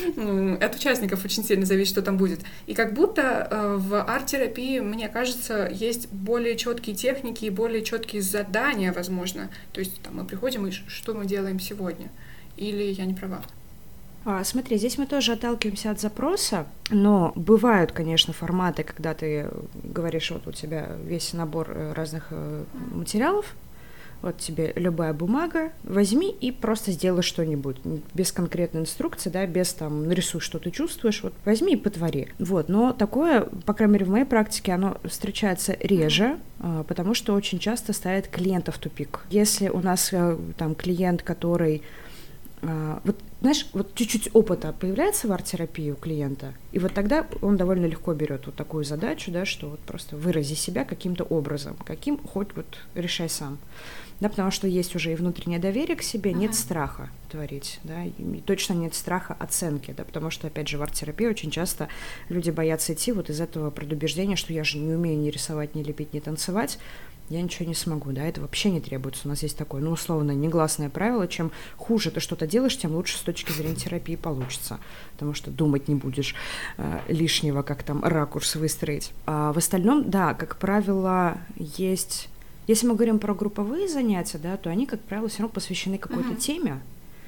От участников очень сильно зависит, что там будет. И как будто э, в арт-терапии, мне кажется, есть более четкие техники и более четкие задания, возможно. То есть там мы приходим, и что мы делаем сегодня? Или я не права? А, смотри, здесь мы тоже отталкиваемся от запроса, но бывают, конечно, форматы, когда ты говоришь, вот у тебя весь набор разных материалов, вот тебе любая бумага, возьми и просто сделай что-нибудь, без конкретной инструкции, да, без там нарисуй, что ты чувствуешь, вот возьми и потвори. Вот, но такое, по крайней мере, в моей практике, оно встречается реже, потому что очень часто ставит клиента в тупик. Если у нас там клиент, который... Вот, знаешь, вот чуть-чуть опыта появляется в арт-терапии у клиента, и вот тогда он довольно легко берет вот такую задачу, да, что вот просто вырази себя каким-то образом, каким хоть вот решай сам. Да, потому что есть уже и внутреннее доверие к себе, нет uh-huh. страха творить, да, и точно нет страха оценки, да, потому что, опять же, в арт-терапии очень часто люди боятся идти вот из этого предубеждения, что я же не умею ни рисовать, ни лепить, ни танцевать, я ничего не смогу, да, это вообще не требуется. У нас есть такое, ну, условно, негласное правило, чем хуже ты что-то делаешь, тем лучше с точки зрения терапии получится, потому что думать не будешь э, лишнего, как там ракурс выстроить. А в остальном, да, как правило, есть... Если мы говорим про групповые занятия, да, то они, как правило, все равно посвящены какой-то uh-huh. теме,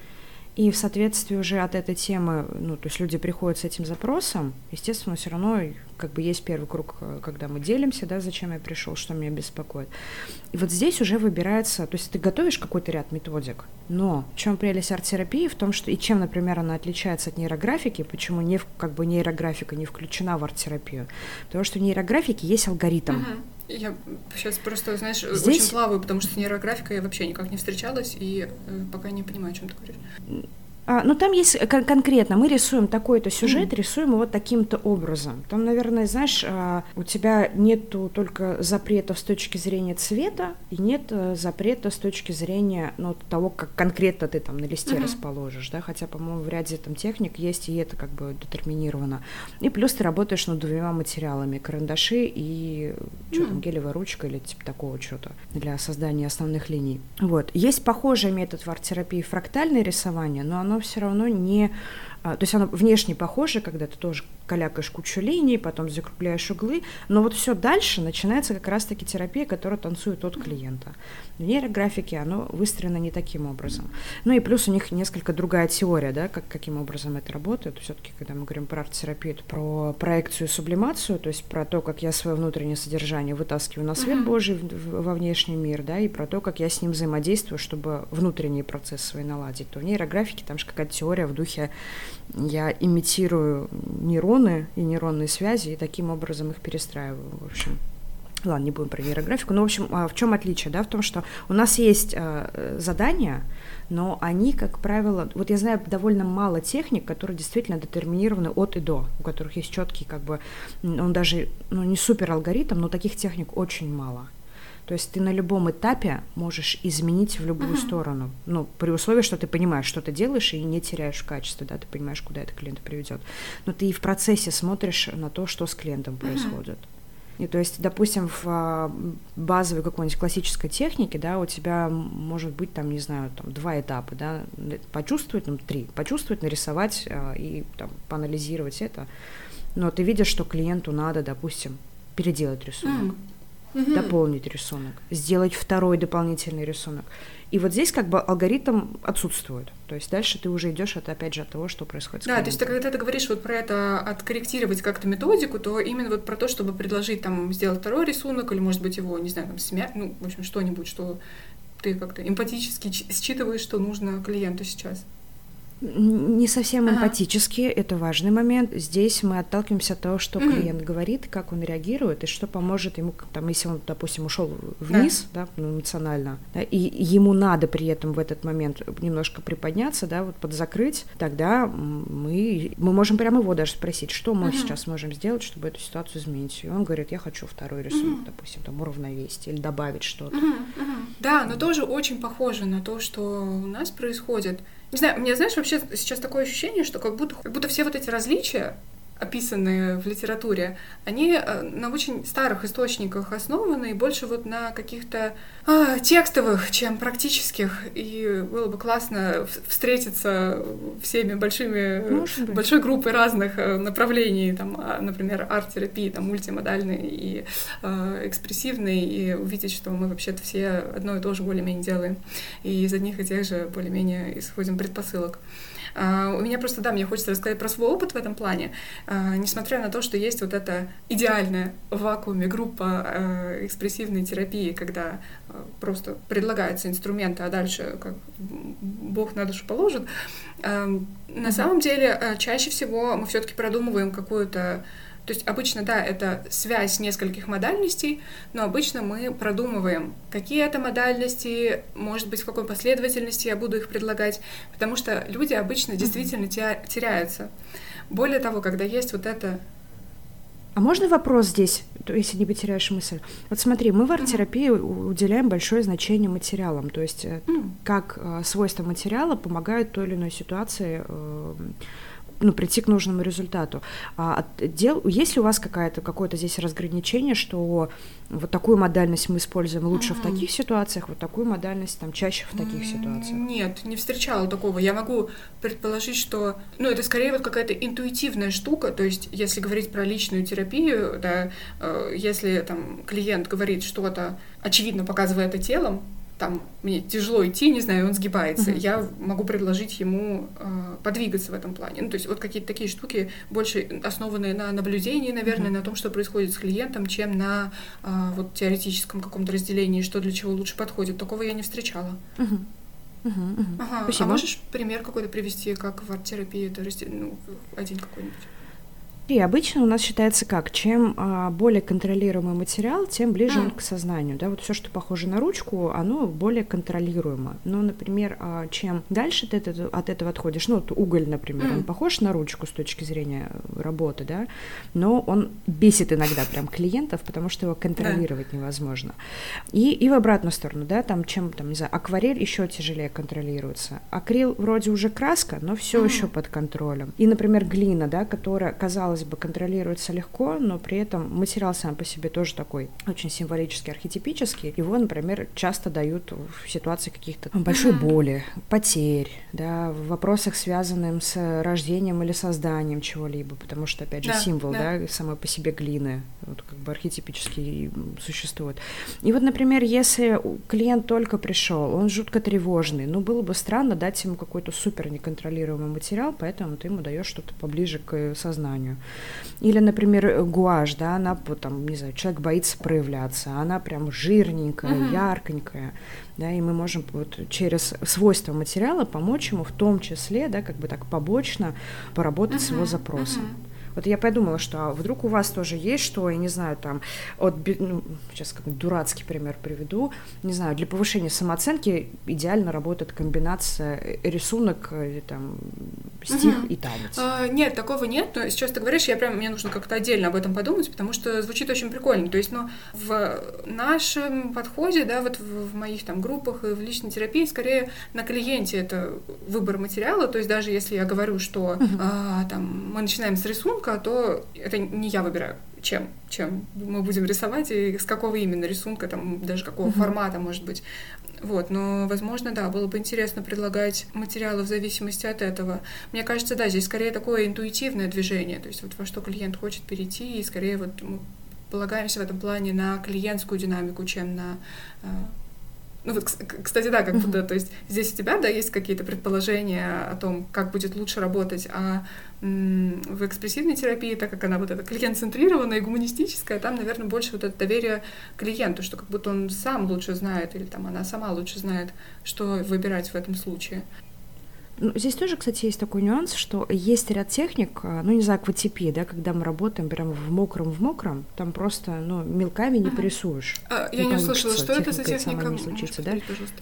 и в соответствии уже от этой темы, ну, то есть люди приходят с этим запросом, естественно, все равно как бы есть первый круг, когда мы делимся, да, зачем я пришел, что меня беспокоит. И вот здесь уже выбирается, то есть ты готовишь какой-то ряд методик, но в чем прелесть арт-терапии, в том, что и чем, например, она отличается от нейрографики, почему не, как бы нейрографика не включена в арт-терапию, потому что в нейрографике есть алгоритм. Uh-huh. Я сейчас просто, знаешь, Здесь... очень плаваю, потому что с нейрографикой я вообще никак не встречалась, и э, пока не понимаю, о чем ты говоришь. А, ну, там есть кон- конкретно, мы рисуем такой-то сюжет, mm-hmm. рисуем его таким-то образом. Там, наверное, знаешь, а, у тебя нету только запретов с точки зрения цвета, и нет а, запрета с точки зрения, ну, того, как конкретно ты там на листе mm-hmm. расположишь, да, хотя, по-моему, в ряде там техник есть, и это как бы детерминировано. И плюс ты работаешь над двумя материалами, карандаши и что mm-hmm. там, гелевая ручка или типа такого что-то для создания основных линий. Вот. Есть похожий метод в арт-терапии фрактальное рисование, но оно все равно не... То есть оно внешне похоже, когда ты тоже калякаешь кучу линий, потом закругляешь углы, но вот все дальше начинается как раз-таки терапия, которая танцует от клиента. В нейрографике оно выстроено не таким образом. Ну и плюс у них несколько другая теория, да, как, каким образом это работает. Все-таки, когда мы говорим про арт-терапию, это про проекцию и сублимацию, то есть про то, как я свое внутреннее содержание вытаскиваю на свет uh-huh. Божий в, в, во внешний мир, да, и про то, как я с ним взаимодействую, чтобы внутренние процессы свои наладить. То в нейрографике там же какая-то теория в духе я имитирую нейроны и нейронные связи, и таким образом их перестраиваю, в общем. Ладно, не будем про нейрографику. Но, в общем, в чем отличие, да, в том, что у нас есть э, задания, но они, как правило, вот я знаю довольно мало техник, которые действительно детерминированы от и до, у которых есть четкий, как бы, он даже, ну, не супер алгоритм, но таких техник очень мало. То есть ты на любом этапе можешь изменить в любую uh-huh. сторону, ну, при условии, что ты понимаешь, что ты делаешь, и не теряешь в качестве, да, ты понимаешь, куда это клиента приведет. Но ты и в процессе смотришь на то, что с клиентом происходит. Uh-huh. И то есть, допустим, в базовой какой-нибудь классической технике, да, у тебя может быть там, не знаю, там два этапа, да, почувствовать, ну, три, почувствовать, нарисовать э, и там поанализировать это. Но ты видишь, что клиенту надо, допустим, переделать рисунок, mm-hmm. дополнить рисунок, сделать второй дополнительный рисунок. И вот здесь как бы алгоритм отсутствует. То есть дальше ты уже идешь, это опять же от того, что происходит с Да, клиентом. то есть ты, когда ты говоришь вот про это, откорректировать как-то методику, то именно вот про то, чтобы предложить там сделать второй рисунок, или, может быть, его, не знаю, там, смять, ну, в общем, что-нибудь, что ты как-то эмпатически считываешь, что нужно клиенту сейчас. Не совсем ага. эмпатически, это важный момент. Здесь мы отталкиваемся от того, что mm-hmm. клиент говорит, как он реагирует, и что поможет ему, там, если он, допустим, ушел вниз, да. Да, эмоционально, да, и ему надо при этом в этот момент немножко приподняться, да, вот подзакрыть, тогда мы, мы можем прямо его даже спросить, что мы mm-hmm. сейчас можем сделать, чтобы эту ситуацию изменить. И он говорит, я хочу второй рисунок, mm-hmm. допустим, там, уравновесить или добавить что-то. Mm-hmm. Mm-hmm. Да, но тоже очень похоже на то, что у нас происходит. Не знаю, у меня, знаешь, вообще сейчас такое ощущение, что как будто, как будто все вот эти различия, описанные в литературе, они на очень старых источниках основаны и больше вот на каких-то а, текстовых, чем практических. И было бы классно встретиться всеми большими, большой группой разных направлений, там, например, арт-терапии, там, мультимодальной и э, экспрессивной, и увидеть, что мы вообще-то все одно и то же более-менее делаем. И из одних и тех же более-менее исходим предпосылок. Uh, у меня просто, да, мне хочется рассказать про свой опыт в этом плане. Uh, несмотря на то, что есть вот эта идеальная в вакууме группа uh, экспрессивной терапии, когда uh, просто предлагаются инструменты, а дальше как Бог на душу положит, uh, на mm-hmm. самом деле uh, чаще всего мы все-таки продумываем какую-то. То есть обычно, да, это связь нескольких модальностей, но обычно мы продумываем, какие это модальности, может быть, в какой последовательности я буду их предлагать, потому что люди обычно действительно mm-hmm. теряются. Более того, когда есть вот это... А можно вопрос здесь, если не потеряешь мысль? Вот смотри, мы в арт-терапии mm-hmm. уделяем большое значение материалам, то есть mm-hmm. как э, свойства материала помогают той или иной ситуации э, ну, прийти к нужному результату. А дел, есть ли у вас какая-то, какое-то здесь разграничение, что вот такую модальность мы используем лучше mm-hmm. в таких ситуациях, вот такую модальность там чаще в таких mm-hmm. ситуациях? Нет, не встречала такого. Я могу предположить, что, ну, это скорее вот какая-то интуитивная штука, то есть если говорить про личную терапию, да, э, если там клиент говорит что-то, очевидно показывая это телом, там, мне тяжело идти, не знаю, он сгибается, uh-huh. я могу предложить ему э, подвигаться в этом плане. Ну, то есть вот какие-то такие штуки, больше основанные на наблюдении, наверное, uh-huh. на том, что происходит с клиентом, чем на э, вот теоретическом каком-то разделении, что для чего лучше подходит. Такого я не встречала. Uh-huh. Uh-huh, uh-huh. Ага. А можешь пример какой-то привести, как в арт-терапии это разделено, ну, один какой-нибудь? И обычно у нас считается как, чем а, более контролируемый материал, тем ближе mm. он к сознанию. Да? Вот все, что похоже на ручку, оно более контролируемо. Но, например, а, чем дальше ты от, от этого отходишь, ну, вот уголь, например, mm. он похож на ручку с точки зрения работы, да? Но он бесит иногда прям клиентов, потому что его контролировать yeah. невозможно. И, и в обратную сторону, да, там, чем, там, не знаю, акварель еще тяжелее контролируется. Акрил вроде уже краска, но все mm. еще под контролем. И, например, глина, да, которая, казалось бы, контролируется легко, но при этом материал сам по себе тоже такой очень символический, архетипический. Его, например, часто дают в ситуации каких-то большой боли, потерь, да, в вопросах, связанных с рождением или созданием чего-либо, потому что, опять же, да, символ, да. да, самой по себе глины, вот как бы архетипически существует. И вот, например, если клиент только пришел, он жутко тревожный, ну, было бы странно дать ему какой-то супер неконтролируемый материал, поэтому ты ему даешь что-то поближе к сознанию. Или, например, гуашь, да, она, там, не знаю, человек боится проявляться, она прям жирненькая, uh-huh. ярконькая, да, и мы можем вот через свойства материала помочь ему в том числе, да, как бы так побочно поработать uh-huh. с его запросом. Uh-huh. Вот я подумала, что а вдруг у вас тоже есть, что, я не знаю, там, от, ну, сейчас какой-то дурацкий пример приведу, не знаю, для повышения самооценки идеально работает комбинация рисунок, там, стих угу. и танец. А, нет, такого нет, но сейчас ты говоришь, я прям, мне нужно как-то отдельно об этом подумать, потому что звучит очень прикольно. То есть, ну, в нашем подходе, да, вот в, в моих там группах и в личной терапии, скорее на клиенте это выбор материала, то есть даже если я говорю, что угу. а, там, мы начинаем с рисунка, то это не я выбираю. чем, чем мы будем рисовать и с какого именно рисунка, там, даже какого mm-hmm. формата, может быть. Вот, но, возможно, да, было бы интересно предлагать материалы в зависимости от этого. Мне кажется, да, здесь скорее такое интуитивное движение, то есть вот во что клиент хочет перейти, и скорее вот мы полагаемся в этом плане на клиентскую динамику, чем на... Ну вот, кстати, да, как будто, то есть здесь у тебя, да, есть какие-то предположения о том, как будет лучше работать, а м- в экспрессивной терапии, так как она вот эта клиент-центрированная и гуманистическая, там, наверное, больше вот это доверие клиенту, что как будто он сам лучше знает, или там она сама лучше знает, что выбирать в этом случае. Ну, здесь тоже, кстати, есть такой нюанс, что есть ряд техник, ну, не знаю, акватипии, да, когда мы работаем прям в мокром, в мокром, там просто, ну, мелками не порисуешь. А, я не услышала, что это за техника? Не случится, да? Пожалуйста.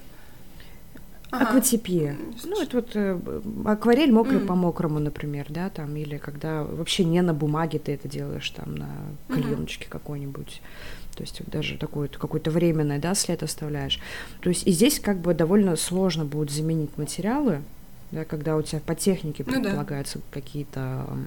Ага. Акватипия. Ну, это вот э, акварель мокрый mm. по мокрому, например, да, там, или когда вообще не на бумаге ты это делаешь, там, на клееночке mm-hmm. какой-нибудь. То есть вот даже такое, какой-то временный, да, след оставляешь. То есть и здесь как бы довольно сложно будет заменить материалы, да, когда у тебя по технике предполагаются ну, да. какие-то м,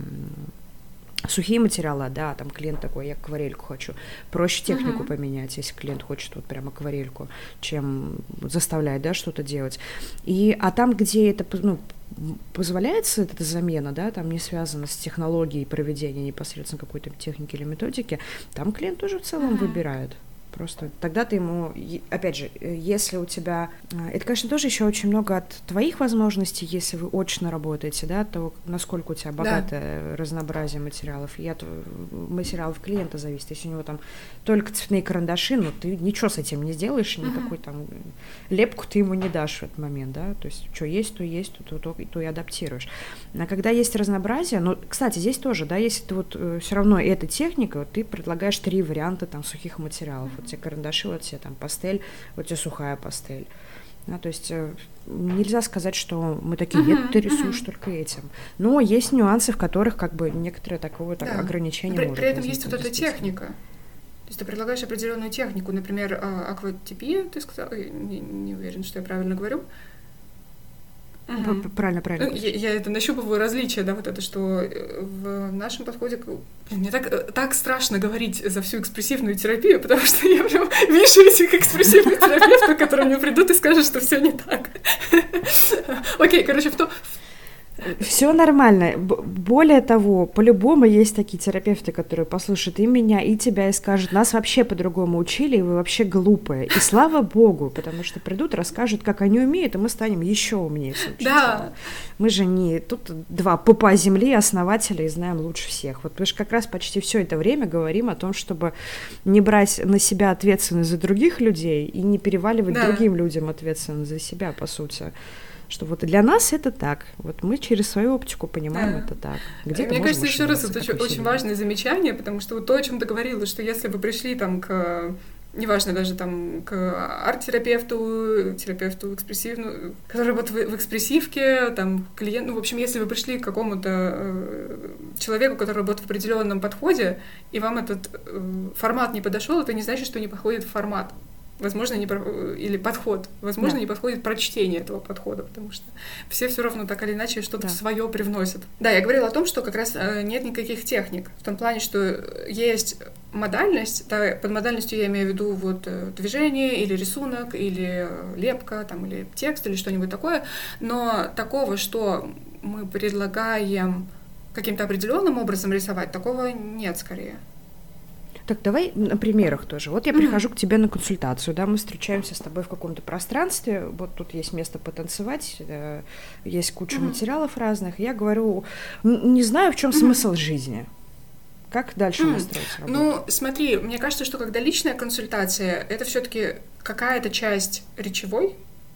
сухие материалы, да, там клиент такой, я акварельку хочу. Проще технику uh-huh. поменять, если клиент хочет вот прям акварельку, чем заставлять, да, что-то делать. И, а там, где это, ну, позволяется эта замена, да, там не связано с технологией проведения непосредственно какой-то техники или методики, там клиент тоже в целом uh-huh. выбирает. Просто тогда ты ему, опять же, если у тебя... Это, конечно, тоже еще очень много от твоих возможностей, если вы очно работаете, да, то насколько у тебя богатое да. разнообразие материалов. И от материалов клиента зависит. Если у него там только цветные карандаши, ну, ты ничего с этим не сделаешь, uh-huh. никакой там лепку ты ему не дашь в этот момент, да, то есть что есть, то есть, то, то, то, то и адаптируешь. А когда есть разнообразие, ну, кстати, здесь тоже, да, если ты вот э, все равно эта техника, вот, ты предлагаешь три варианта там сухих материалов. Вот тебе карандаши, вот тебе там пастель, вот тебе сухая пастель. Да, то есть э, нельзя сказать, что мы такие, нет, uh-huh, ты рисуешь uh-huh. только этим. Но есть нюансы, в которых как бы некоторые такого так, да. ограничения при, может при этом есть вот эта техника. То есть ты предлагаешь определенную технику, например, акватипия, ты сказала, не, не уверена, что я правильно говорю. Угу. Правильно, правильно. Я, я это нащупываю различия, да, вот это, что в нашем подходе... Мне так, так страшно говорить за всю экспрессивную терапию, потому что я прям вижу этих экспрессивных терапевтов, которые мне придут и скажут, что все не так. Окей, короче, в том... Все нормально. Более того, по-любому есть такие терапевты, которые послушают и меня, и тебя, и скажут, нас вообще по-другому учили, и вы вообще глупые. И слава богу, потому что придут, расскажут, как они умеют, и мы станем еще умнее. Да. Мы же не тут два пупа земли, основателя, и знаем лучше всех. Вот потому что как раз почти все это время говорим о том, чтобы не брать на себя ответственность за других людей и не переваливать да. другим людям ответственность за себя, по сути. Что вот для нас это так. Вот мы через свою оптику понимаем, да. это так. Где-то Мне кажется, еще раз, это очень, очень важное замечание, потому что вот то, о чем ты говорила, что если вы пришли там к, неважно даже там к арт-терапевту, терапевту экспрессивному, который работает в экспрессивке, там клиент, ну, в общем, если вы пришли к какому-то э, человеку, который работает в определенном подходе, и вам этот э, формат не подошел, это не значит, что не подходит формат. Возможно, не про... или подход. Возможно, да. не подходит прочтение этого подхода, потому что все все равно так или иначе что-то да. свое привносят. Да, я говорила о том, что как раз нет никаких техник. В том плане, что есть модальность, да, под модальностью я имею в виду вот движение или рисунок, или лепка, там, или текст, или что-нибудь такое, но такого, что мы предлагаем каким-то определенным образом рисовать, такого нет скорее. Так, давай на примерах тоже. Вот я прихожу mm-hmm. к тебе на консультацию, да, мы встречаемся с тобой в каком-то пространстве, вот тут есть место потанцевать, есть куча mm-hmm. материалов разных, я говорю, не знаю, в чем mm-hmm. смысл жизни. Как дальше mm-hmm. настроить работу? Ну, смотри, мне кажется, что когда личная консультация, это все-таки какая-то часть речевой,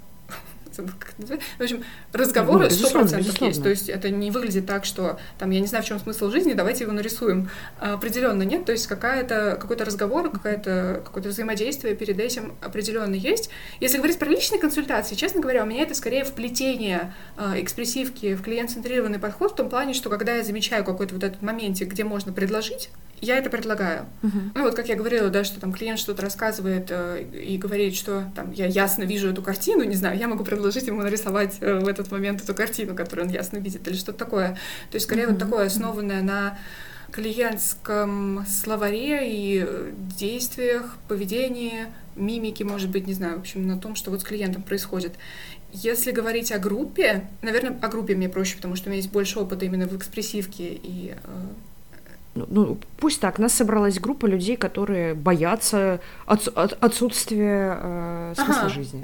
в общем, разговоры сто процентов есть. То есть это не выглядит так, что там, я не знаю, в чем смысл жизни, давайте его нарисуем. А определенно нет. То есть какая-то, какой-то разговор, какая-то, какое-то взаимодействие перед этим определенно есть. Если говорить про личные консультации, честно говоря, у меня это скорее вплетение э, экспрессивки в клиент-центрированный подход в том плане, что когда я замечаю какой-то вот этот моментик, где можно предложить, я это предлагаю. Uh-huh. Ну вот, как я говорила, да, что там клиент что-то рассказывает э, и говорит, что там я ясно вижу эту картину, не знаю, я могу предложить ему нарисовать э, в этот момент эту картину, которую он ясно видит, или что-то такое. То есть, скорее, uh-huh. вот такое, основанное на клиентском словаре и действиях, поведении, мимике, может быть, не знаю, в общем, на том, что вот с клиентом происходит. Если говорить о группе, наверное, о группе мне проще, потому что у меня есть больше опыта именно в экспрессивке и... Ну, ну, пусть так, нас собралась группа людей, которые боятся отсу- от- отсутствия э, смысла ага. жизни.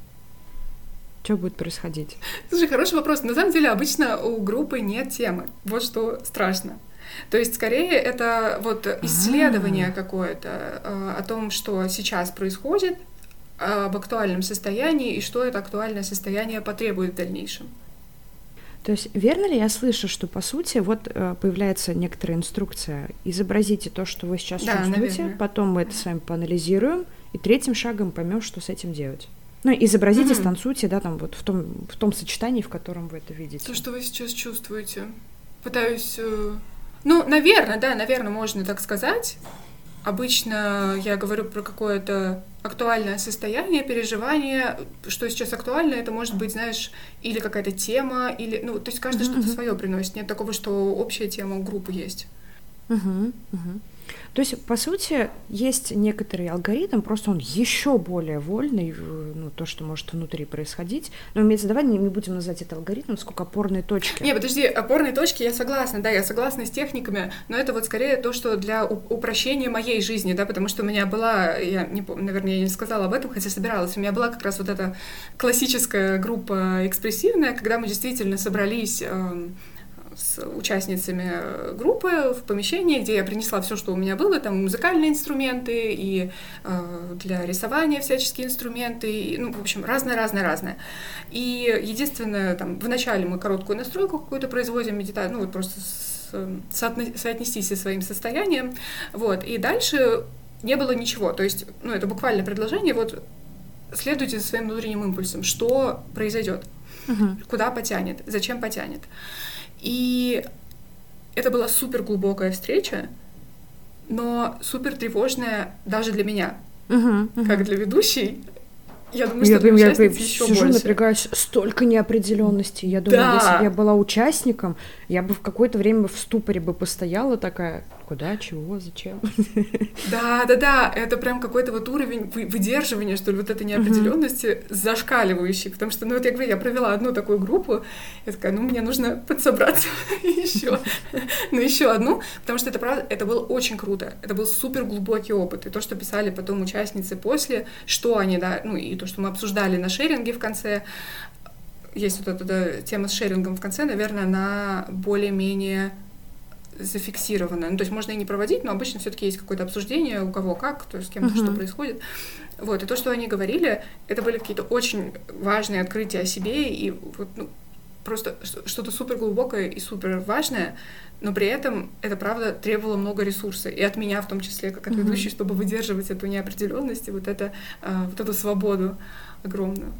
Что будет происходить? Слушай, хороший вопрос. На самом деле, обычно у группы нет темы. Вот что страшно. То есть, скорее, это вот исследование А-а-а. какое-то э, о том, что сейчас происходит, об актуальном состоянии и что это актуальное состояние потребует в дальнейшем. То есть верно ли я слышу, что, по сути, вот появляется некоторая инструкция: изобразите то, что вы сейчас да, чувствуете, наверное. Потом мы это с вами поанализируем, и третьим шагом поймем, что с этим делать. Ну, изобразите, mm-hmm. станцуйте, да, там вот в том, в том сочетании, в котором вы это видите. То, что вы сейчас чувствуете. Пытаюсь... Ну, наверное, да, наверное, можно так сказать. Обычно я говорю про какое-то актуальное состояние, переживание. Что сейчас актуально, это может быть, знаешь, или какая-то тема, или... Ну, то есть каждый mm-hmm. что-то свое приносит. Нет такого, что общая тема у группы есть. Uh-huh, uh-huh. То есть, по сути, есть некоторый алгоритм, просто он еще более вольный, ну, то, что может внутри происходить. Но имеется, давай не, не будем называть это алгоритмом, сколько опорные точки. Не, подожди, опорные точки, я согласна, да, я согласна с техниками, но это вот скорее то, что для упрощения моей жизни, да, потому что у меня была, я не помню, наверное, я не сказала об этом, хотя собиралась, у меня была как раз вот эта классическая группа экспрессивная, когда мы действительно собрались... Э, с участницами группы в помещении, где я принесла все, что у меня было, там музыкальные инструменты и э, для рисования всяческие инструменты, и, ну, в общем, разное-разное-разное. И единственное, там, вначале мы короткую настройку какую-то производим, медитацию, ну, вот просто с, соотно- соотнести со своим состоянием, вот, и дальше не было ничего, то есть, ну, это буквально предложение, вот, следуйте за своим внутренним импульсом, что произойдет, uh-huh. куда потянет, зачем потянет. И это была супер глубокая встреча, но супер тревожная даже для меня, uh-huh, uh-huh. как для ведущей. Я думаю, что я, для я, участниц я еще сижу, больше. Напрягаюсь, столько неопределенности. Я думаю, да. если бы я была участником, я бы в какое-то время в ступоре бы постояла такая: куда, чего, зачем? Да, да, да, это прям какой-то вот уровень выдерживания, что ли, вот этой неопределенности uh-huh. зашкаливающий, потому что, ну вот я говорю, я провела одну такую группу, я такая, ну мне нужно подсобраться еще, ну еще одну, потому что это правда, это было очень круто, это был супер глубокий опыт, и то, что писали потом участницы после, что они, да, ну и то, что мы обсуждали на шеринге в конце, есть вот эта тема с шерингом в конце, наверное, она более-менее зафиксировано. Ну, то есть можно и не проводить, но обычно все-таки есть какое-то обсуждение, у кого как, то есть с кем uh-huh. что происходит. Вот. И то, что они говорили, это были какие-то очень важные открытия о себе, и вот, ну, просто что-то супер глубокое и супер важное, но при этом это, правда, требовало много ресурса. И от меня, в том числе, как от uh-huh. ведущей, чтобы выдерживать эту неопределенность и вот, это, вот эту свободу огромную.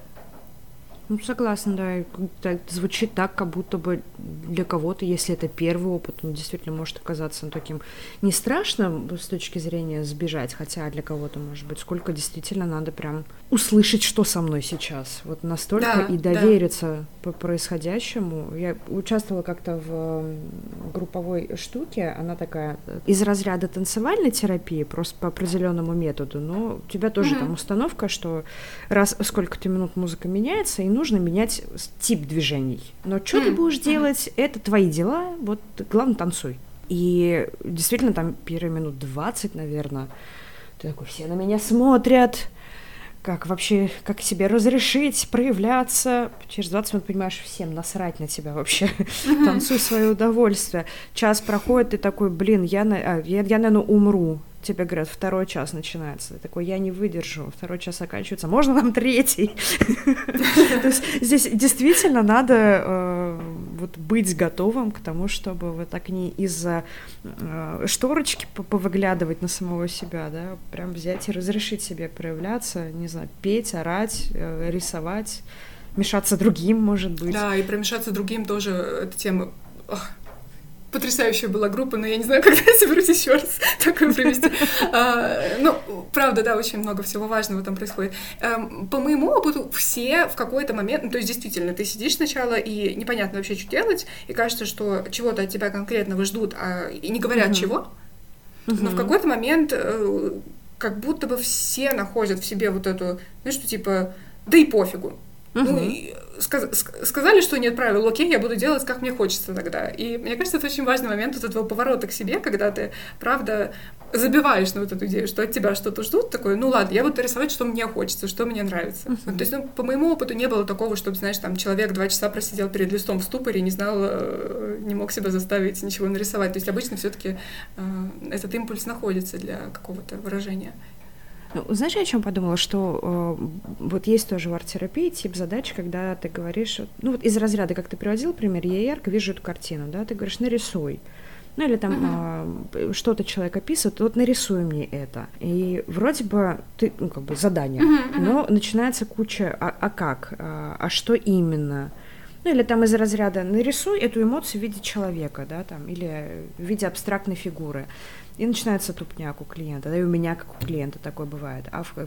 Ну, согласна, да. Это звучит так, как будто бы для кого-то, если это первый опыт, он действительно может оказаться ну, таким не страшным с точки зрения сбежать, хотя для кого-то, может быть, сколько действительно надо прям услышать, что со мной сейчас. Вот настолько да, и довериться да. по происходящему. Я участвовала как-то в групповой штуке, она такая из разряда танцевальной терапии, просто по определенному методу, но у тебя тоже mm-hmm. там установка, что раз в сколько-то минут музыка меняется, и нужно менять тип движений. Но что mm-hmm. ты будешь делать, это твои дела, вот главное танцуй. И действительно там первые минут двадцать, наверное, ты такой, все на меня смотрят, как вообще, как себе разрешить проявляться. Через двадцать минут понимаешь, всем насрать на тебя вообще. Mm-hmm. Танцуй свое удовольствие. Час проходит, ты такой, блин, я, на... а, я, я, наверное, умру. Тебе говорят, второй час начинается. Ты такой, я не выдержу. Второй час заканчивается. Можно нам третий? То есть здесь действительно надо вот быть готовым к тому, чтобы вот так не из-за шторочки повыглядывать на самого себя, да, прям взять и разрешить себе проявляться, не знаю, петь, орать, рисовать, мешаться другим, может быть. Да, и промешаться другим тоже эта тема. потрясающая была группа, но я не знаю, когда я соберусь еще раз такое провести. Ну, правда, да, очень много всего важного там происходит. По моему опыту, все в какой-то момент, ну, то есть действительно, ты сидишь сначала, и непонятно вообще, что делать, и кажется, что чего-то от тебя конкретного ждут, а и не говорят чего, но в какой-то момент как будто бы все находят в себе вот эту, знаешь, что типа, да и пофигу. Uh-huh. Ну, и сказ- сказали, что нет правил, окей, я буду делать, как мне хочется тогда. И мне кажется, это очень важный момент вот этого поворота к себе, когда ты, правда, забиваешь на вот эту идею, что от тебя что-то ждут, такой, ну ладно, я буду рисовать, что мне хочется, что мне нравится. Uh-huh. Вот, то есть, ну, по моему опыту не было такого, чтобы, знаешь, там, человек два часа просидел перед листом в ступоре и не знал, не мог себя заставить ничего нарисовать. То есть обычно все-таки э, этот импульс находится для какого-то выражения. Ну, знаешь, я о чем подумала, что э, вот есть тоже в арт-терапии тип задач, когда ты говоришь, ну вот из разряда, как ты приводил пример, я ярко вижу эту картину, да, ты говоришь, нарисуй. Ну или там uh-huh. э, что-то человек описывает, вот нарисуй мне это. И вроде бы ты, ну как бы задание, uh-huh, uh-huh. но начинается куча, а, а как, а, а что именно? Ну или там из разряда нарисуй эту эмоцию в виде человека, да, там, или в виде абстрактной фигуры. И начинается тупняк у клиента, да, и у меня, как у клиента, такое бывает. А в,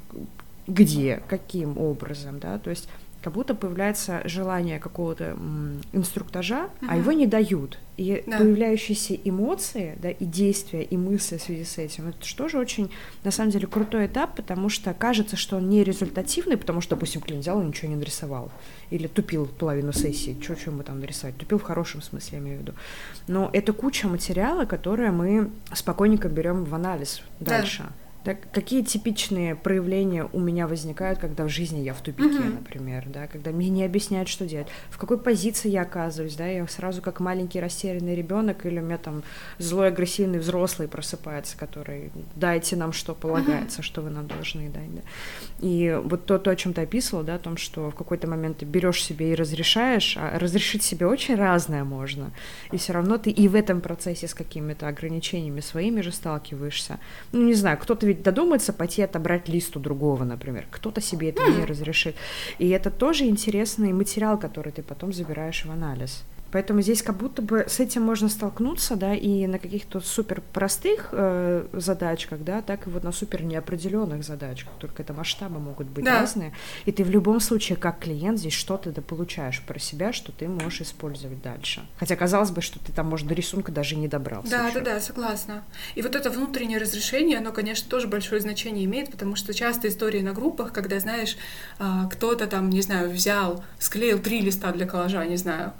где, каким образом, да, то есть как будто появляется желание какого-то м, инструктажа, uh-huh. а его не дают. И да. появляющиеся эмоции, да, и действия, и мысли в связи с этим, это же тоже очень, на самом деле, крутой этап, потому что кажется, что он не результативный, потому что, допустим, клиент взял и ничего не нарисовал. Или тупил половину сессии, что ему там нарисовать. Тупил в хорошем смысле, я имею в виду. Но это куча материала, которое мы спокойненько берем в анализ дальше. Да. Так, какие типичные проявления у меня возникают, когда в жизни я в тупике, uh-huh. например, да, когда мне не объясняют, что делать, в какой позиции я оказываюсь, да, я сразу как маленький растерянный ребенок, или у меня там злой агрессивный взрослый просыпается, который дайте нам, что полагается, uh-huh. что вы нам должны дать, да. И вот то, то, о чем ты описывала, да, о том, что в какой-то момент ты берешь себе и разрешаешь, а разрешить себе очень разное можно, и все равно ты и в этом процессе с какими-то ограничениями своими же сталкиваешься. Ну, не знаю, кто-то додумается пойти отобрать лист у другого, например. Кто-то себе это mm. не разрешит. И это тоже интересный материал, который ты потом забираешь в анализ. Поэтому здесь как будто бы с этим можно столкнуться, да, и на каких-то супер простых э, задачках, да, так и вот на супер неопределенных задачках, только это масштабы могут быть да. разные, и ты в любом случае как клиент здесь что-то да получаешь про себя, что ты можешь использовать дальше. Хотя казалось бы, что ты там, может, до рисунка даже не добрался. Да, еще. да, да, согласна. И вот это внутреннее разрешение, оно, конечно, тоже большое значение имеет, потому что часто истории на группах, когда, знаешь, кто-то там, не знаю, взял, склеил три листа для коллажа, не знаю,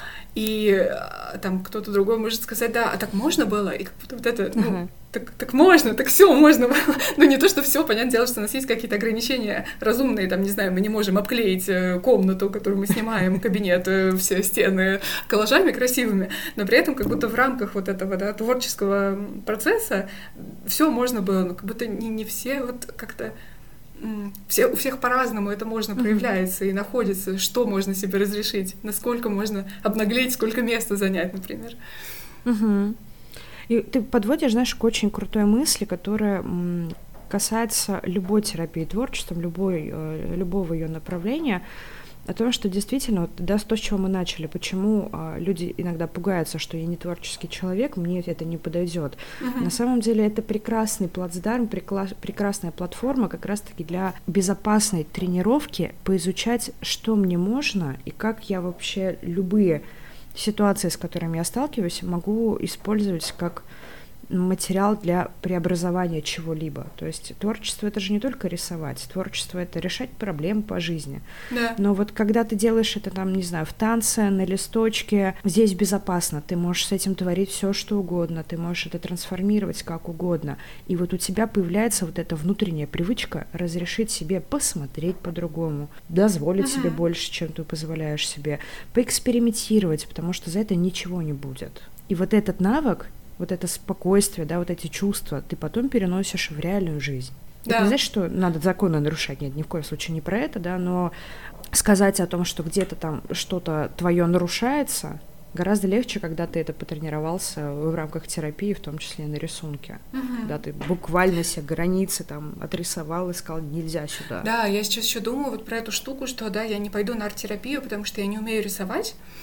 и там кто-то другой может сказать, да, а так можно было? И как будто вот это, ну, uh-huh. так, так можно, так все можно было. Ну, не то, что все, понятное дело, что у нас есть какие-то ограничения разумные, там, не знаю, мы не можем обклеить комнату, которую мы снимаем, кабинет, все стены коллажами красивыми, но при этом как будто в рамках вот этого, да, творческого процесса все можно было, но как будто не, не все вот как-то Все, у всех по-разному это можно проявляется mm-hmm. и находится, что можно себе разрешить, насколько можно обнаглеть, сколько места занять, например. Mm-hmm. И ты подводишь, знаешь, к очень крутой мысли, которая м, касается любой терапии творчеством, любой, э, любого ее направления, о том, что действительно, вот, да, то, с чего мы начали, почему а, люди иногда пугаются, что я не творческий человек, мне это не подойдет. Uh-huh. На самом деле это прекрасный плацдарм, прекла- прекрасная платформа как раз-таки для безопасной тренировки поизучать, что мне можно и как я вообще любые ситуации, с которыми я сталкиваюсь, могу использовать как материал для преобразования чего-либо. То есть творчество — это же не только рисовать, творчество — это решать проблемы по жизни. Да. Но вот когда ты делаешь это, там, не знаю, в танце, на листочке, здесь безопасно, ты можешь с этим творить все, что угодно, ты можешь это трансформировать как угодно. И вот у тебя появляется вот эта внутренняя привычка разрешить себе посмотреть по-другому, дозволить uh-huh. себе больше, чем ты позволяешь себе, поэкспериментировать, потому что за это ничего не будет. И вот этот навык, вот это спокойствие, да, вот эти чувства ты потом переносишь в реальную жизнь. Да. Это не значит, что надо законы нарушать, нет, ни в коем случае не про это, да, но сказать о том, что где-то там что-то твое нарушается, гораздо легче, когда ты это потренировался в рамках терапии, в том числе и на рисунке. Угу. Да, ты буквально себе границы там отрисовал и сказал, нельзя сюда. Да, я сейчас еще думаю вот про эту штуку, что, да, я не пойду на арт-терапию, потому что я не умею рисовать.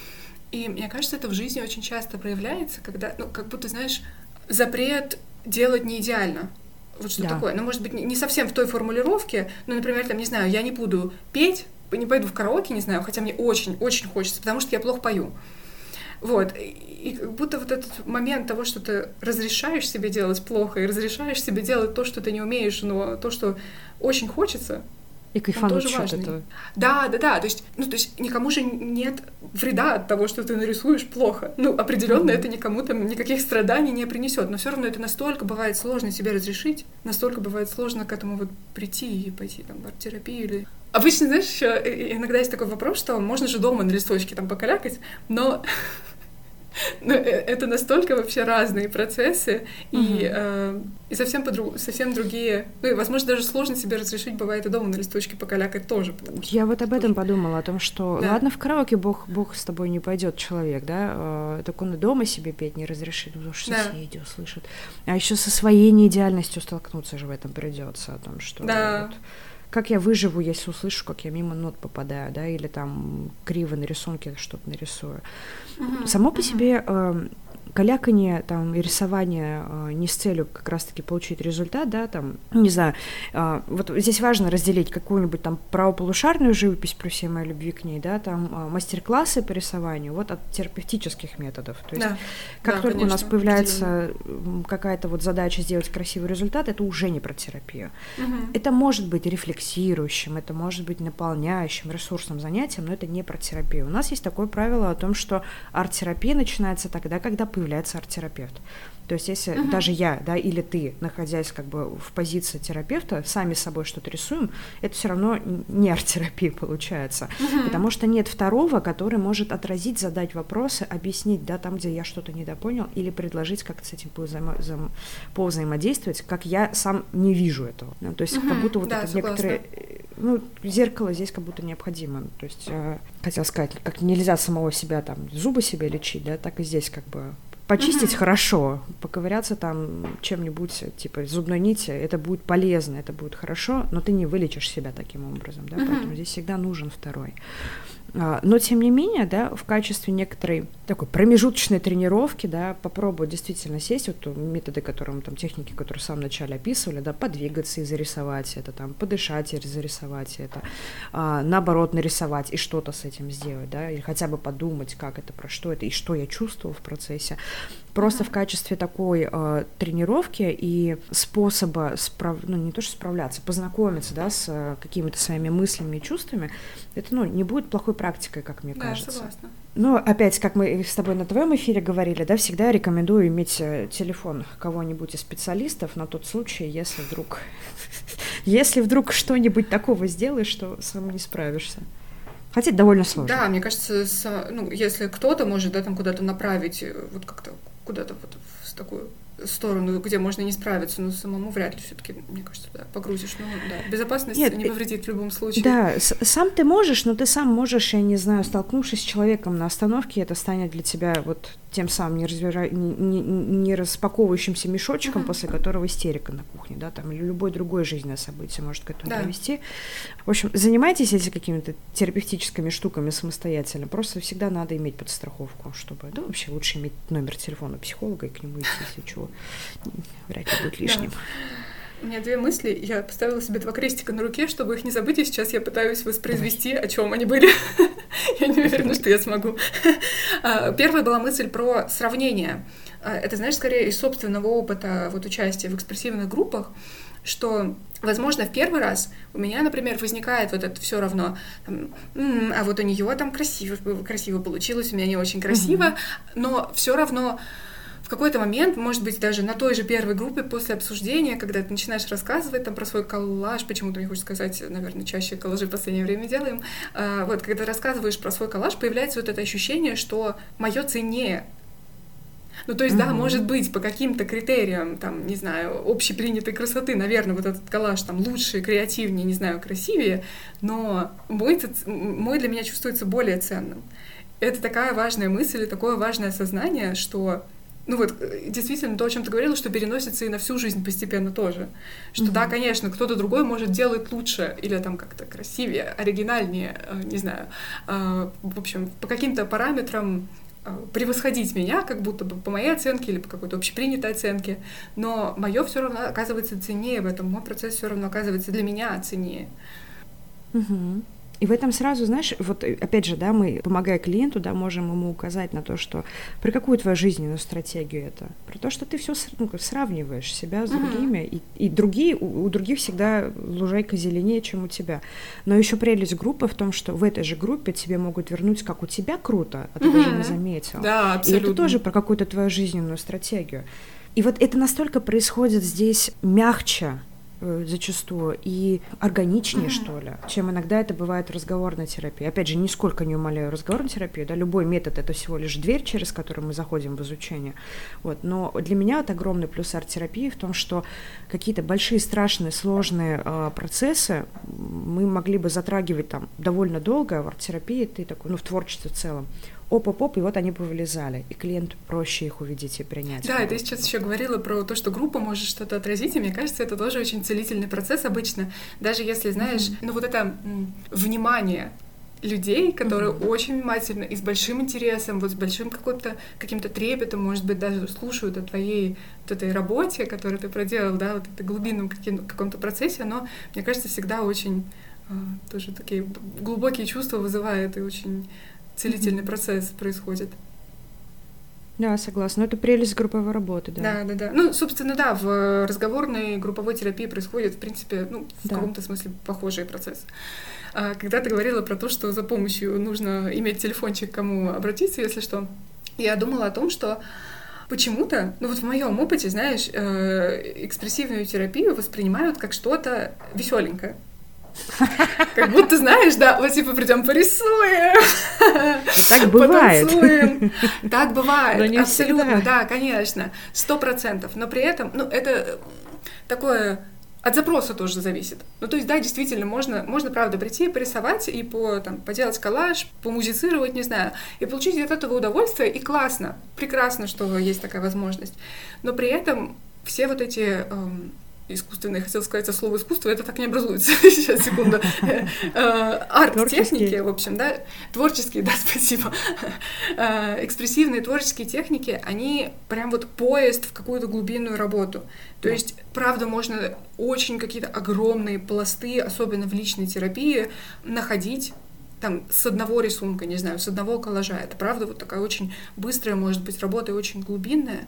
И мне кажется, это в жизни очень часто проявляется, когда, ну, как будто, знаешь, запрет делать не идеально. Вот что да. такое. Ну, может быть, не совсем в той формулировке, но, например, там, не знаю, я не буду петь, не пойду в караоке, не знаю, хотя мне очень-очень хочется, потому что я плохо пою. Вот. И как будто вот этот момент того, что ты разрешаешь себе делать плохо и разрешаешь себе делать то, что ты не умеешь, но то, что очень хочется, и кайфануть тоже важный. От этого. Да, да, да. То есть, ну, то есть никому же нет вреда от того, что ты нарисуешь плохо. Ну, определенно mm-hmm. это никому там никаких страданий не принесет. Но все равно это настолько бывает сложно себе разрешить, настолько бывает сложно к этому вот прийти и пойти там в арт-терапию или... Обычно, знаешь, еще иногда есть такой вопрос, что можно же дома на листочке там покалякать, но... Но это настолько вообще разные процессы, uh-huh. и, э, и совсем, подру- совсем другие... Ну, и, возможно, даже сложно себе разрешить, бывает, и дома на листочке покалякать тоже. Потому что Я вот об этом тоже... подумала, о том, что, да. ладно, в караоке Бог, Бог с тобой не пойдет человек, да, э, так он и дома себе петь не разрешит, потому что да. соседи услышат. А еще со своей неидеальностью столкнуться же в этом придется, о том, что... Да. Вот, как я выживу, если услышу, как я мимо нот попадаю, да, или там криво на рисунке что-то нарисую. Uh-huh. Само по uh-huh. себе э, каляканье там, и рисование э, не с целью как раз-таки получить результат, да, там, не знаю, э, вот здесь важно разделить какую-нибудь там правополушарную живопись при всей моей любви к ней, да, там э, мастер-классы по рисованию, вот от терапевтических методов. То есть да. как да, только конечно, у нас появляется какая-то вот задача сделать красивый результат, это уже не про терапию. Uh-huh. Это может быть рефлексирующим, это может быть наполняющим, ресурсным занятием, но это не про терапию. У нас есть такое правило о том, что арт-терапия начинается тогда, когда появляется арт-терапевт. То есть если uh-huh. даже я, да, или ты, находясь как бы в позиции терапевта, сами с собой что-то рисуем, это все равно не арт-терапия получается, uh-huh. потому что нет второго, который может отразить, задать вопросы, объяснить, да, там, где я что-то недопонял, или предложить как-то с этим повзаимо- взаим- повзаимодействовать, как я сам не вижу этого. Ну, то есть uh-huh. как будто вот да, это некоторые... Ну, зеркало здесь как будто необходимо. То есть, э, хотела сказать, как нельзя самого себя, там, зубы себе лечить, да, так и здесь как бы почистить uh-huh. хорошо, поковыряться там чем-нибудь, типа зубной нити, это будет полезно, это будет хорошо, но ты не вылечишь себя таким образом, да, uh-huh. поэтому здесь всегда нужен второй. Но, тем не менее, да, в качестве некоторой такой промежуточной тренировки, да, попробовать действительно сесть, вот методы, которые мы там, техники, которые в самом начале описывали, да, подвигаться и зарисовать это, там, подышать и зарисовать это, а, наоборот, нарисовать и что-то с этим сделать, да, или хотя бы подумать, как это, про что это, и что я чувствовал в процессе. Просто uh-huh. в качестве такой э, тренировки и способа, справ... ну, не то что справляться, познакомиться, да, с э, какими-то своими мыслями и чувствами, это, ну, не будет плохой практикой, как мне да, кажется. Согласна. Но опять, как мы с тобой на твоем эфире говорили, да, всегда рекомендую иметь телефон кого-нибудь из специалистов на тот случай, если вдруг, если вдруг что-нибудь такого сделаешь, что сам не справишься. Хотя это довольно сложно. Да, мне кажется, с, ну, если кто-то может, да, там куда-то направить, вот как-то куда-то вот в такую сторону, где можно не справиться, но самому вряд ли все-таки, мне кажется, да, погрузишь. Ну, да, безопасность Нет, не повредит в любом случае. Да, с- сам ты можешь, но ты сам можешь, я не знаю, столкнувшись с человеком на остановке, это станет для тебя вот тем самым не, развира... не, не, не распаковывающимся мешочком, uh-huh. после которого истерика на кухне, да, там, или любое другое жизненное событие может к этому да. привести. В общем, занимайтесь этими какими-то терапевтическими штуками самостоятельно, просто всегда надо иметь подстраховку, чтобы, да, вообще лучше иметь номер телефона психолога и к нему идти, если чего, вряд ли будет лишним. Да. У меня две мысли. Я поставила себе два крестика на руке, чтобы их не забыть, и сейчас я пытаюсь воспроизвести, Давай. О чем они были. Я не уверена, что я смогу. Первая была мысль про сравнение. Это, знаешь, скорее из собственного опыта вот, участия в экспрессивных группах, что, возможно, в первый раз у меня, например, возникает вот это все равно, там, м-м, а вот у нее там красиво, красиво получилось, у меня не очень красиво, uh-huh. но все равно в какой-то момент, может быть, даже на той же первой группе после обсуждения, когда ты начинаешь рассказывать там про свой коллаж, почему-то мне хочется сказать, наверное, чаще коллажи в последнее время делаем, а, вот, когда рассказываешь про свой коллаж, появляется вот это ощущение, что мое ценнее. Ну, то есть, uh-huh. да, может быть, по каким-то критериям, там, не знаю, общепринятой красоты, наверное, вот этот коллаж там лучше, креативнее, не знаю, красивее, но мой, мой для меня чувствуется более ценным. Это такая важная мысль, такое важное осознание, что ну вот, действительно, то, о чем ты говорила, что переносится и на всю жизнь постепенно тоже. Что mm-hmm. да, конечно, кто-то другой может делать лучше или там как-то красивее, оригинальнее, не знаю. В общем, по каким-то параметрам превосходить меня, как будто бы по моей оценке или по какой-то общепринятой оценке, но мое все равно оказывается ценнее в этом, мой процесс все равно оказывается для меня ценнее. Угу. И в этом сразу, знаешь, вот опять же, да, мы, помогая клиенту, да, можем ему указать на то, что про какую твою жизненную стратегию это, про то, что ты все ну, сравниваешь себя с другими, mm-hmm. и, и другие, у, у других всегда лужайка зеленее, чем у тебя. Но еще прелесть группы в том, что в этой же группе тебе могут вернуть, как у тебя круто, а ты mm-hmm. даже не заметил. Да, абсолютно. И это тоже про какую-то твою жизненную стратегию. И вот это настолько происходит здесь мягче, зачастую, и органичнее, mm-hmm. что ли, чем иногда это бывает в разговорной терапии. Опять же, нисколько не умаляю разговорную терапию, да, любой метод — это всего лишь дверь, через которую мы заходим в изучение. Вот. Но для меня это огромный плюс арт-терапии в том, что какие-то большие, страшные, сложные э, процессы мы могли бы затрагивать там довольно долго, а в арт-терапии ты такой, ну, в творчестве в целом, оп-оп-оп, и вот они повылезали, и клиенту проще их увидеть и принять. Да, и ты сейчас еще говорила про то, что группа может что-то отразить, и мне кажется, это тоже очень целительный процесс обычно, даже если, знаешь, mm-hmm. ну вот это м, внимание людей, которые mm-hmm. очень внимательно и с большим интересом, вот с большим каким-то, каким-то трепетом, может быть, даже слушают о твоей вот этой работе, которую ты проделал, да, вот этой глубинном каким- каком-то процессе, оно, мне кажется, всегда очень э, тоже такие глубокие чувства вызывает и очень целительный mm-hmm. процесс происходит. Да, согласна. Но это прелесть групповой работы, да. Да, да, да. Ну, собственно, да, в разговорной групповой терапии происходит, в принципе, ну, в да. каком-то смысле похожий процесс. А когда ты говорила про то, что за помощью нужно иметь телефончик, к кому обратиться, если что, я думала о том, что почему-то, ну вот в моем опыте, знаешь, экспрессивную терапию воспринимают как что-то веселенькое. Как будто, знаешь, да, вот типа придем порисуем, так бывает. Потанцуем. Так бывает, абсолютно, всегда. Да, конечно, сто процентов. Но при этом, ну, это такое от запроса тоже зависит. Ну, то есть, да, действительно, можно, можно правда, прийти, порисовать и по, там, поделать коллаж, помузицировать, не знаю, и получить от этого удовольствие, и классно, прекрасно, что есть такая возможность. Но при этом все вот эти... Эм, искусственное, хотела сказать а слово искусство, это так не образуется. Сейчас, секунду. Арт-техники, в общем, да, творческие, да, спасибо. Экспрессивные творческие техники, они прям вот поезд в какую-то глубинную работу. То есть, правда, можно очень какие-то огромные пласты, особенно в личной терапии, находить там с одного рисунка, не знаю, с одного коллажа. Это правда вот такая очень быстрая, может быть, работа и очень глубинная.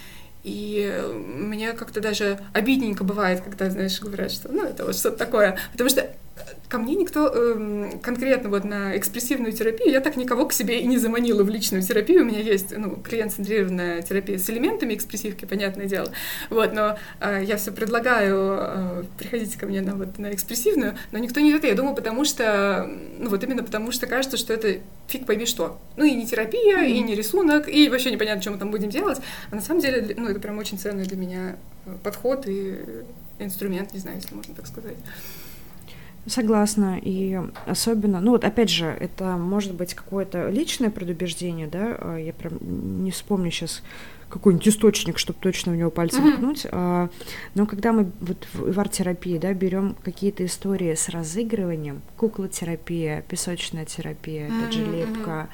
И мне как-то даже обидненько бывает, когда, знаешь, говорят, что ну это вот что-то такое. Потому что ко мне никто э, конкретно вот на экспрессивную терапию, я так никого к себе и не заманила в личную терапию. У меня есть, ну, клиент-центрированная терапия с элементами экспрессивки, понятное дело. Вот, но э, я все предлагаю, э, приходите ко мне на, вот, на экспрессивную, но никто не идет. Я думаю, потому что, ну вот именно потому что кажется, что это фиг пойми что. Ну и не терапия, mm-hmm. и не рисунок, и вообще непонятно, что мы там будем делать. А на самом деле, ну это прям очень ценный для меня подход и инструмент, не знаю, если можно так сказать. Согласна, и особенно, ну вот опять же, это может быть какое-то личное предубеждение, да, я прям не вспомню сейчас какой-нибудь источник, чтобы точно в него пальцем ткнуть, mm-hmm. но когда мы вот в арт-терапии, да, берем какие-то истории с разыгрыванием, куклотерапия, песочная терапия, опять же, лепка,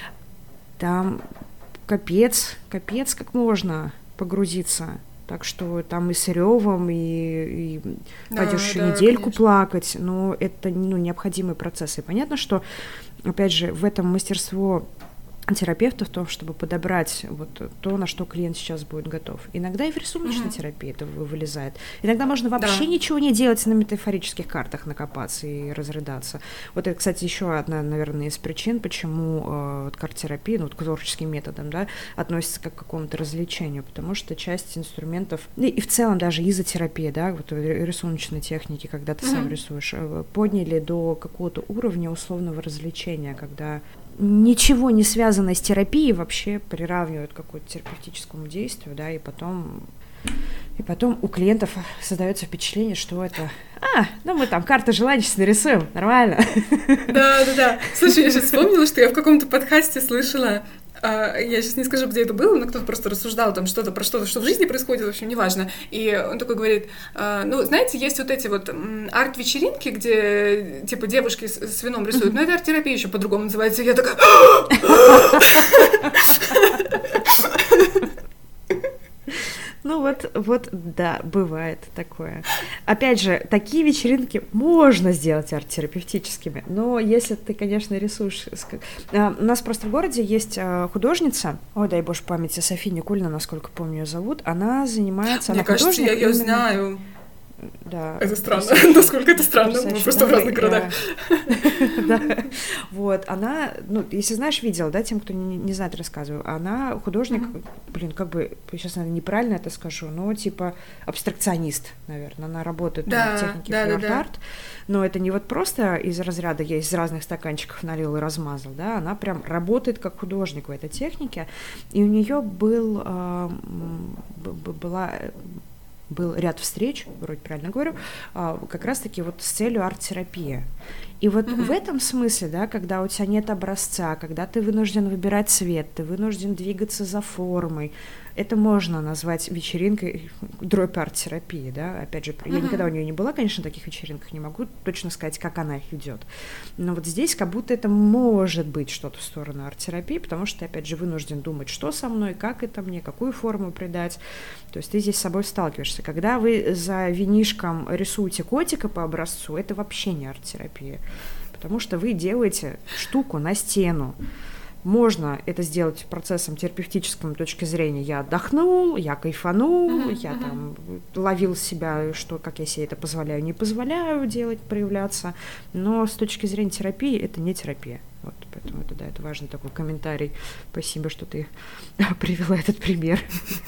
там капец, капец, как можно погрузиться. Так что там и с ревом, и, и да, пойдешь еще да, недельку конечно. Плакать, но это ну, необходимый процесс. И понятно, что, опять же, в этом мастерство терапевта в том, чтобы подобрать вот то, на что клиент сейчас будет готов. Иногда и в рисуночной mm-hmm. терапии это вылезает. Иногда можно вообще да. ничего не делать, на метафорических картах накопаться и разрыдаться. Вот это, кстати, еще одна, наверное, из причин, почему э, вот, к арт-терапии, ну, вот, к творческим методам, да, относится как к какому-то развлечению, потому что часть инструментов, и, и в целом даже изотерапия, да, вот рисуночной техники, когда ты mm-hmm. сам рисуешь, подняли до какого-то уровня условного развлечения, когда ничего не связанное с терапией вообще приравнивают к какому-то терапевтическому действию, да, и потом, и потом у клиентов создается впечатление, что это, а, ну мы там карты желаний сейчас нарисуем, нормально. Да, да, да. Слушай, я сейчас вспомнила, что я в каком-то подкасте слышала Uh, я сейчас не скажу, где это было, но кто-то просто рассуждал там что-то про что-то, что в жизни происходит, в общем, неважно. И он такой говорит, uh, ну, знаете, есть вот эти вот um, арт-вечеринки, где, типа, девушки с, с вином рисуют, но это арт-терапия еще по-другому называется. И я такая... Ну вот, вот, да, бывает такое. Опять же, такие вечеринки можно сделать арт-терапевтическими, но если ты, конечно, рисуешь... У нас просто в городе есть художница, ой, дай боже памяти, София Никулина, насколько помню ее зовут, она занимается... Мне она кажется, я ее именно... знаю. Да. Это странно, насколько это странно, мы просто в разных городах. Да, вот, она, ну, если знаешь, видела, да, тем, кто не знает, рассказываю, она художник, блин, как бы, сейчас, наверное, неправильно это скажу, но, типа, абстракционист, наверное, она работает в технике флёрт-арт, но это не вот просто из разряда я из разных стаканчиков налил и размазал, да, она прям работает как художник в этой технике, и у нее был, была... был ряд встреч, вроде правильно говорю, как раз-таки вот с целью арт-терапии. И вот mm-hmm. в этом смысле, да, когда у тебя нет образца, когда ты вынужден выбирать цвет, ты вынужден двигаться за формой, это можно назвать вечеринкой дробь арт-терапии, да, опять же, mm-hmm. я никогда у нее не была, конечно, на таких вечеринках, не могу точно сказать, как она их ведет, но вот здесь как будто это может быть что-то в сторону арт-терапии, потому что ты, опять же, вынужден думать, что со мной, как это мне, какую форму придать, то есть ты здесь с собой сталкиваешься. Когда вы за винишком рисуете котика по образцу, это вообще не арт-терапия, потому что вы делаете штуку на стену. Можно это сделать процессом терапевтическим с точки зрения «я отдохнул, я кайфанул, uh-huh, я uh-huh. там ловил себя, что, как я себе это позволяю, не позволяю делать, проявляться», но с точки зрения терапии это не терапия. Вот, поэтому это, да, это важный такой комментарий. Спасибо, что ты привела этот пример.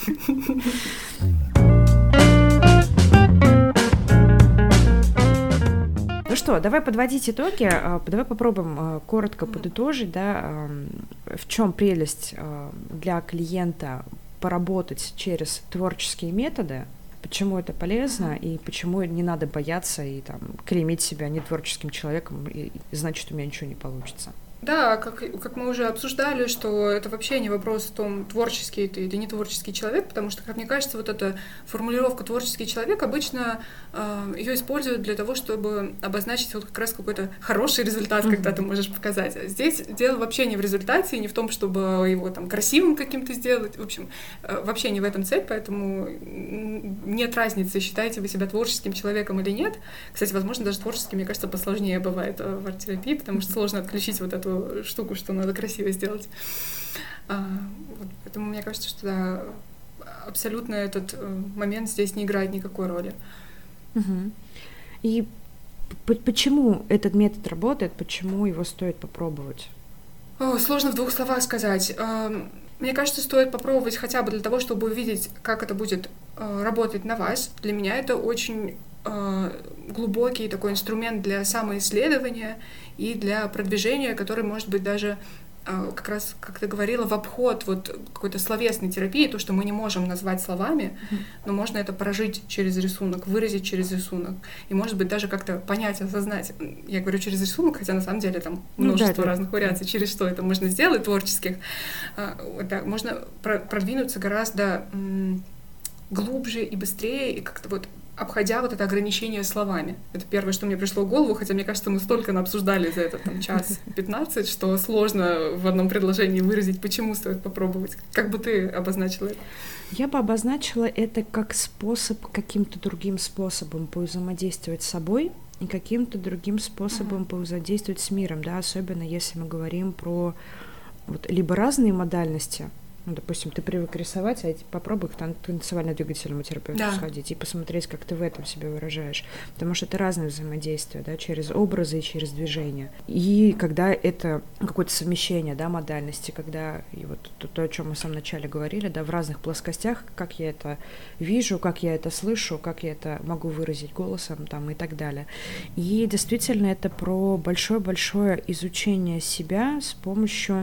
Ну что, давай подводить итоги, давай попробуем коротко подытожить, да, в чем прелесть для клиента поработать через творческие методы, почему это полезно и почему не надо бояться и там клеймить себя нетворческим человеком, и значит, у меня ничего не получится. Да, как, как мы уже обсуждали, что это вообще не вопрос в том, творческий ты или не творческий человек, потому что, как мне кажется, вот эта формулировка «творческий человек» обычно э, ее используют для того, чтобы обозначить вот как раз какой-то хороший результат, mm-hmm. когда ты можешь показать. А здесь дело вообще не в результате, не в том, чтобы его там красивым каким-то сделать. В общем, э, вообще не в этом цель, поэтому нет разницы, считаете вы себя творческим человеком или нет. Кстати, возможно, даже творческий, мне кажется, посложнее бывает в арт-терапии, потому что сложно отключить вот эту штуку, что надо красиво сделать. А, вот, поэтому мне кажется, что да, абсолютно этот момент здесь не играет никакой роли. Угу. И п- почему этот метод работает, почему его стоит попробовать? О, сложно в двух словах сказать. Мне кажется, стоит попробовать хотя бы для того, чтобы увидеть, как это будет работать на вас. Для меня это очень глубокий такой инструмент для самоисследования и для продвижения, который может быть даже как раз, как ты говорила, в обход вот какой-то словесной терапии, то, что мы не можем назвать словами, mm-hmm. но можно это прожить через рисунок, выразить через рисунок, и, может быть, даже как-то понять, осознать. Я говорю через рисунок, хотя на самом деле там множество ну, да, разных да. вариаций, через что это можно сделать, творческих. Да, можно продвинуться гораздо глубже и быстрее, и как-то вот обходя вот это ограничение словами. Это первое, что мне пришло в голову, хотя, мне кажется, мы столько обсуждали за этот там, час пятнадцать, что сложно в одном предложении выразить, почему стоит попробовать. Как бы ты обозначила это? Я бы обозначила это как способ, каким-то другим способом повзаимодействовать с собой и каким-то другим способом uh-huh. повзаимодействовать с миром, да, особенно если мы говорим про вот, либо разные модальности. Ну, допустим, ты привык рисовать, а попробуй к танцевально-двигательному терапевту да. сходить и посмотреть, как ты в этом себя выражаешь. Потому что это разные взаимодействия, да, через образы и через движения. И когда это какое-то совмещение, да, модальности, когда, и вот то, то, о чем мы в самом начале говорили, да, в разных плоскостях, как я это вижу, как я это слышу, как я это могу выразить голосом, там, и так далее. И действительно это про большое-большое изучение себя с помощью...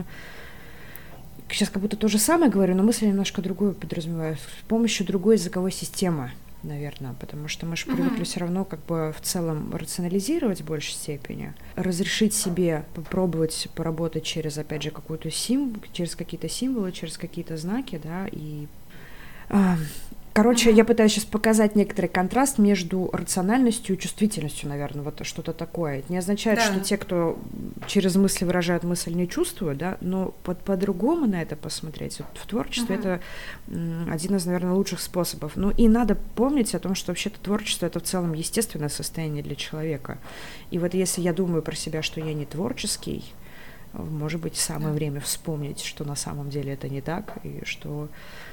Сейчас как будто то же самое говорю, но мысль немножко другую подразумеваю. С помощью другой языковой системы. наверное, потому что мы же привыкли mm-hmm. все равно как бы в целом рационализировать в большей степени, разрешить себе попробовать поработать через, опять же, какую-то сим... через какие-то символы, через какие-то знаки, да, и... Короче, mm-hmm. я пытаюсь сейчас показать некоторый контраст между рациональностью и чувствительностью, наверное, вот что-то такое. Это не означает, да. что те, кто через мысли выражают мысль, не чувствуют, да, но под, по-другому на это посмотреть. Вот в творчестве mm-hmm. это м, один из, наверное, лучших способов. Ну и надо помнить о том, что вообще-то творчество — это в целом естественное состояние для человека. И вот если я думаю про себя, что я не творческий, может быть, самое yeah. время вспомнить, что на самом деле это не так, и что...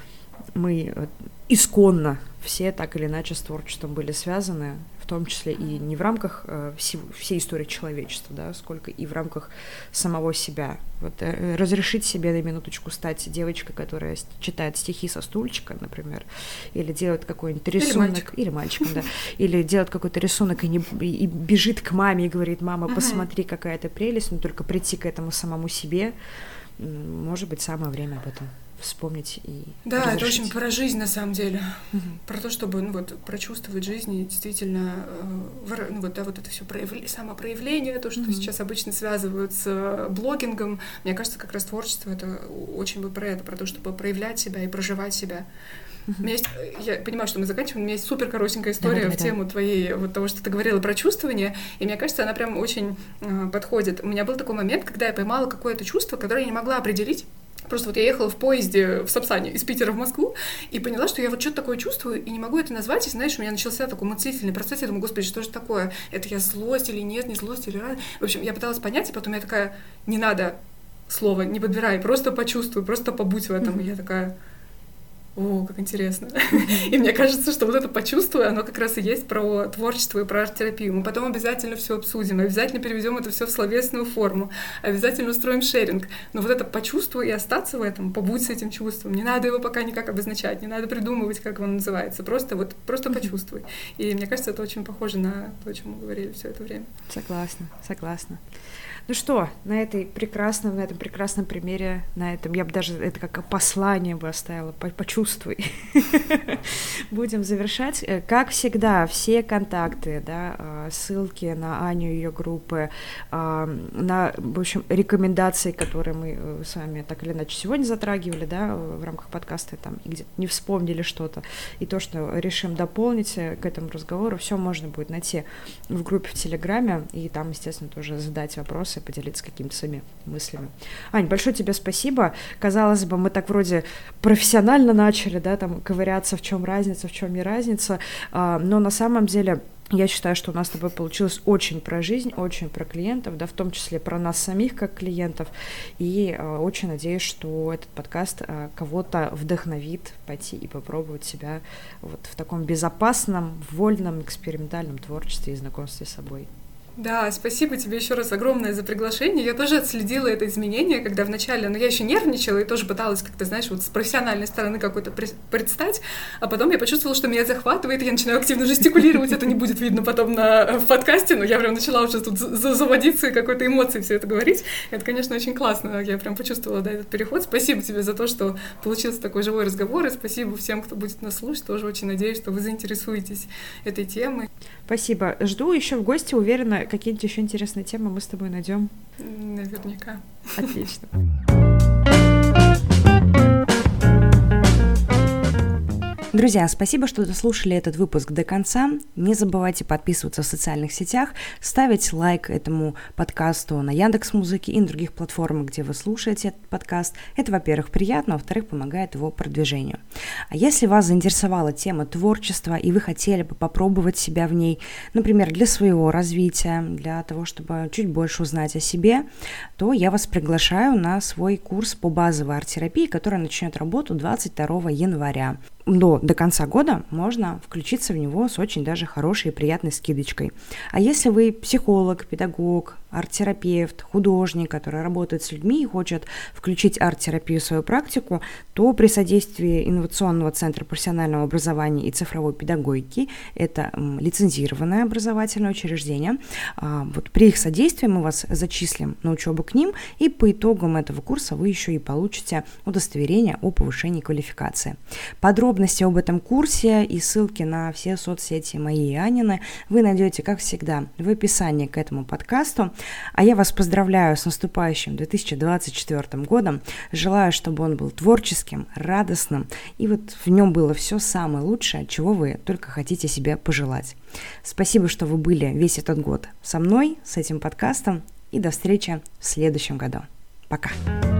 мы исконно все так или иначе с творчеством были связаны, в том числе и не в рамках э, всей, всей истории человечества, да, сколько и в рамках самого себя. Вот, э, разрешить себе на минуточку стать девочкой, которая читает стихи со стульчика, например, или делает какой-нибудь рисунок, или, мальчик. или мальчиком, да, или делает какой-то рисунок и, не, и бежит к маме и говорит: мама, посмотри, какая это прелесть, но только прийти к этому самому себе, может быть, самое время об этом вспомнить и да, разрешить. Это очень про жизнь на самом деле, угу. про то, чтобы ну, вот, прочувствовать жизнь и действительно э, ну, вот, да, вот это все проявление, самопроявление, то, что угу. сейчас обычно связывают с блогингом. Мне кажется, как раз творчество — это очень бы про это, про то, чтобы проявлять себя и проживать себя. Uh-huh. У меня есть, я понимаю, что мы заканчиваем, у меня есть супер коротенькая история давай, в давай, тему да. твоей, вот того, что ты говорила про чувствование, и мне кажется, она прям очень э, подходит. У меня был такой момент, когда я поймала какое-то чувство, которое я не могла определить. Просто вот я ехала в поезде в Сапсане из Питера в Москву и поняла, что я вот что-то такое чувствую и не могу это назвать. И знаешь, у меня начался такой мыслительный процесс. Я думаю: господи, что же такое? Это я злость или нет, не злость или радость? В общем, я пыталась понять, и потом я такая: не надо слова, не подбирай, просто почувствуй, просто побудь в этом. Mm-hmm. И я такая: о, как интересно. Mm-hmm. И мне кажется, что вот это почувствуй, оно как раз и есть про творчество и про арт-терапию. Мы потом обязательно все обсудим, обязательно переведем это все в словесную форму, обязательно устроим шеринг. Но вот это почувствуй и остаться в этом, побудь с этим чувством. Не надо его пока никак обозначать, не надо придумывать, как он называется. Просто вот просто mm-hmm. почувствуй. И мне кажется, это очень похоже на то, о чем мы говорили все это время. Согласна, согласна. Ну что, на этой прекрасном, на этом прекрасном примере, на этом, я бы даже это как послание бы оставила, почувствуй. Будем завершать. Как всегда, все контакты, да, ссылки на Аню и ее группы, на, в общем, рекомендации, которые мы с вами так или иначе сегодня затрагивали, да, в рамках подкаста, там, где-то не вспомнили что-то, и то, что решим дополнить к этому разговору, все можно будет найти в группе в Телеграме, и там, естественно, тоже задать вопросы, поделиться какими-то своими мыслями. Ань, большое тебе спасибо. Казалось бы, мы так вроде профессионально начали, да, там, ковыряться, в чем разница, в чем не разница, а, но на самом деле я считаю, что у нас с тобой получилось очень про жизнь, очень про клиентов, да, в том числе про нас самих как клиентов, и а, очень надеюсь, что этот подкаст а, кого-то вдохновит пойти и попробовать себя вот в таком безопасном, вольном, экспериментальном творчестве и знакомстве с собой. Да, спасибо тебе еще раз огромное за приглашение. Я тоже отследила это изменение, когда вначале, ну, я еще нервничала и тоже пыталась как-то, знаешь, вот с профессиональной стороны какой-то предстать, а потом я почувствовала, что меня захватывает, и я начинаю активно жестикулировать. Это не будет видно потом на, в подкасте, но я прям начала уже тут заводиться и какой-то эмоции все это говорить. Это, конечно, очень классно. Я прям почувствовала, да, этот переход. Спасибо тебе за то, что получился такой живой разговор, и спасибо всем, кто будет нас слушать. Тоже очень надеюсь, что вы заинтересуетесь этой темой. Спасибо. Жду еще в гости, уверена, какие-нибудь еще интересные темы мы с тобой найдем. Наверняка. Отлично. Друзья, спасибо, что дослушали этот выпуск до конца. Не забывайте подписываться в социальных сетях, ставить лайк этому подкасту на Яндекс.Музыке и на других платформах, где вы слушаете этот подкаст. Это, во-первых, приятно, во-вторых, помогает его продвижению. А если вас заинтересовала тема творчества, и вы хотели бы попробовать себя в ней, например, для своего развития, для того, чтобы чуть больше узнать о себе, то я вас приглашаю на свой курс по базовой арт-терапии, который начнет работу двадцать второго января. До, до конца года можно включиться в него с очень даже хорошей и приятной скидочкой. А если вы психолог, педагог, арт-терапевт, художник, который работает с людьми и хочет включить арт-терапию в свою практику, то при содействии Инновационного центра профессионального образования и цифровой педагогики, это лицензированное образовательное учреждение, вот при их содействии мы вас зачислим на учебу к ним, и по итогам этого курса вы еще и получите удостоверение о повышении квалификации. Подробно Подробности об этом курсе и ссылки на все соцсети мои и Анины вы найдете, как всегда, в описании к этому подкасту. А я вас поздравляю с наступающим две тысячи двадцать четвёртым годом. Желаю, чтобы он был творческим, радостным, и вот в нем было все самое лучшее, чего вы только хотите себе пожелать. Спасибо, что вы были весь этот год со мной, с этим подкастом, и до встречи в следующем году. Пока!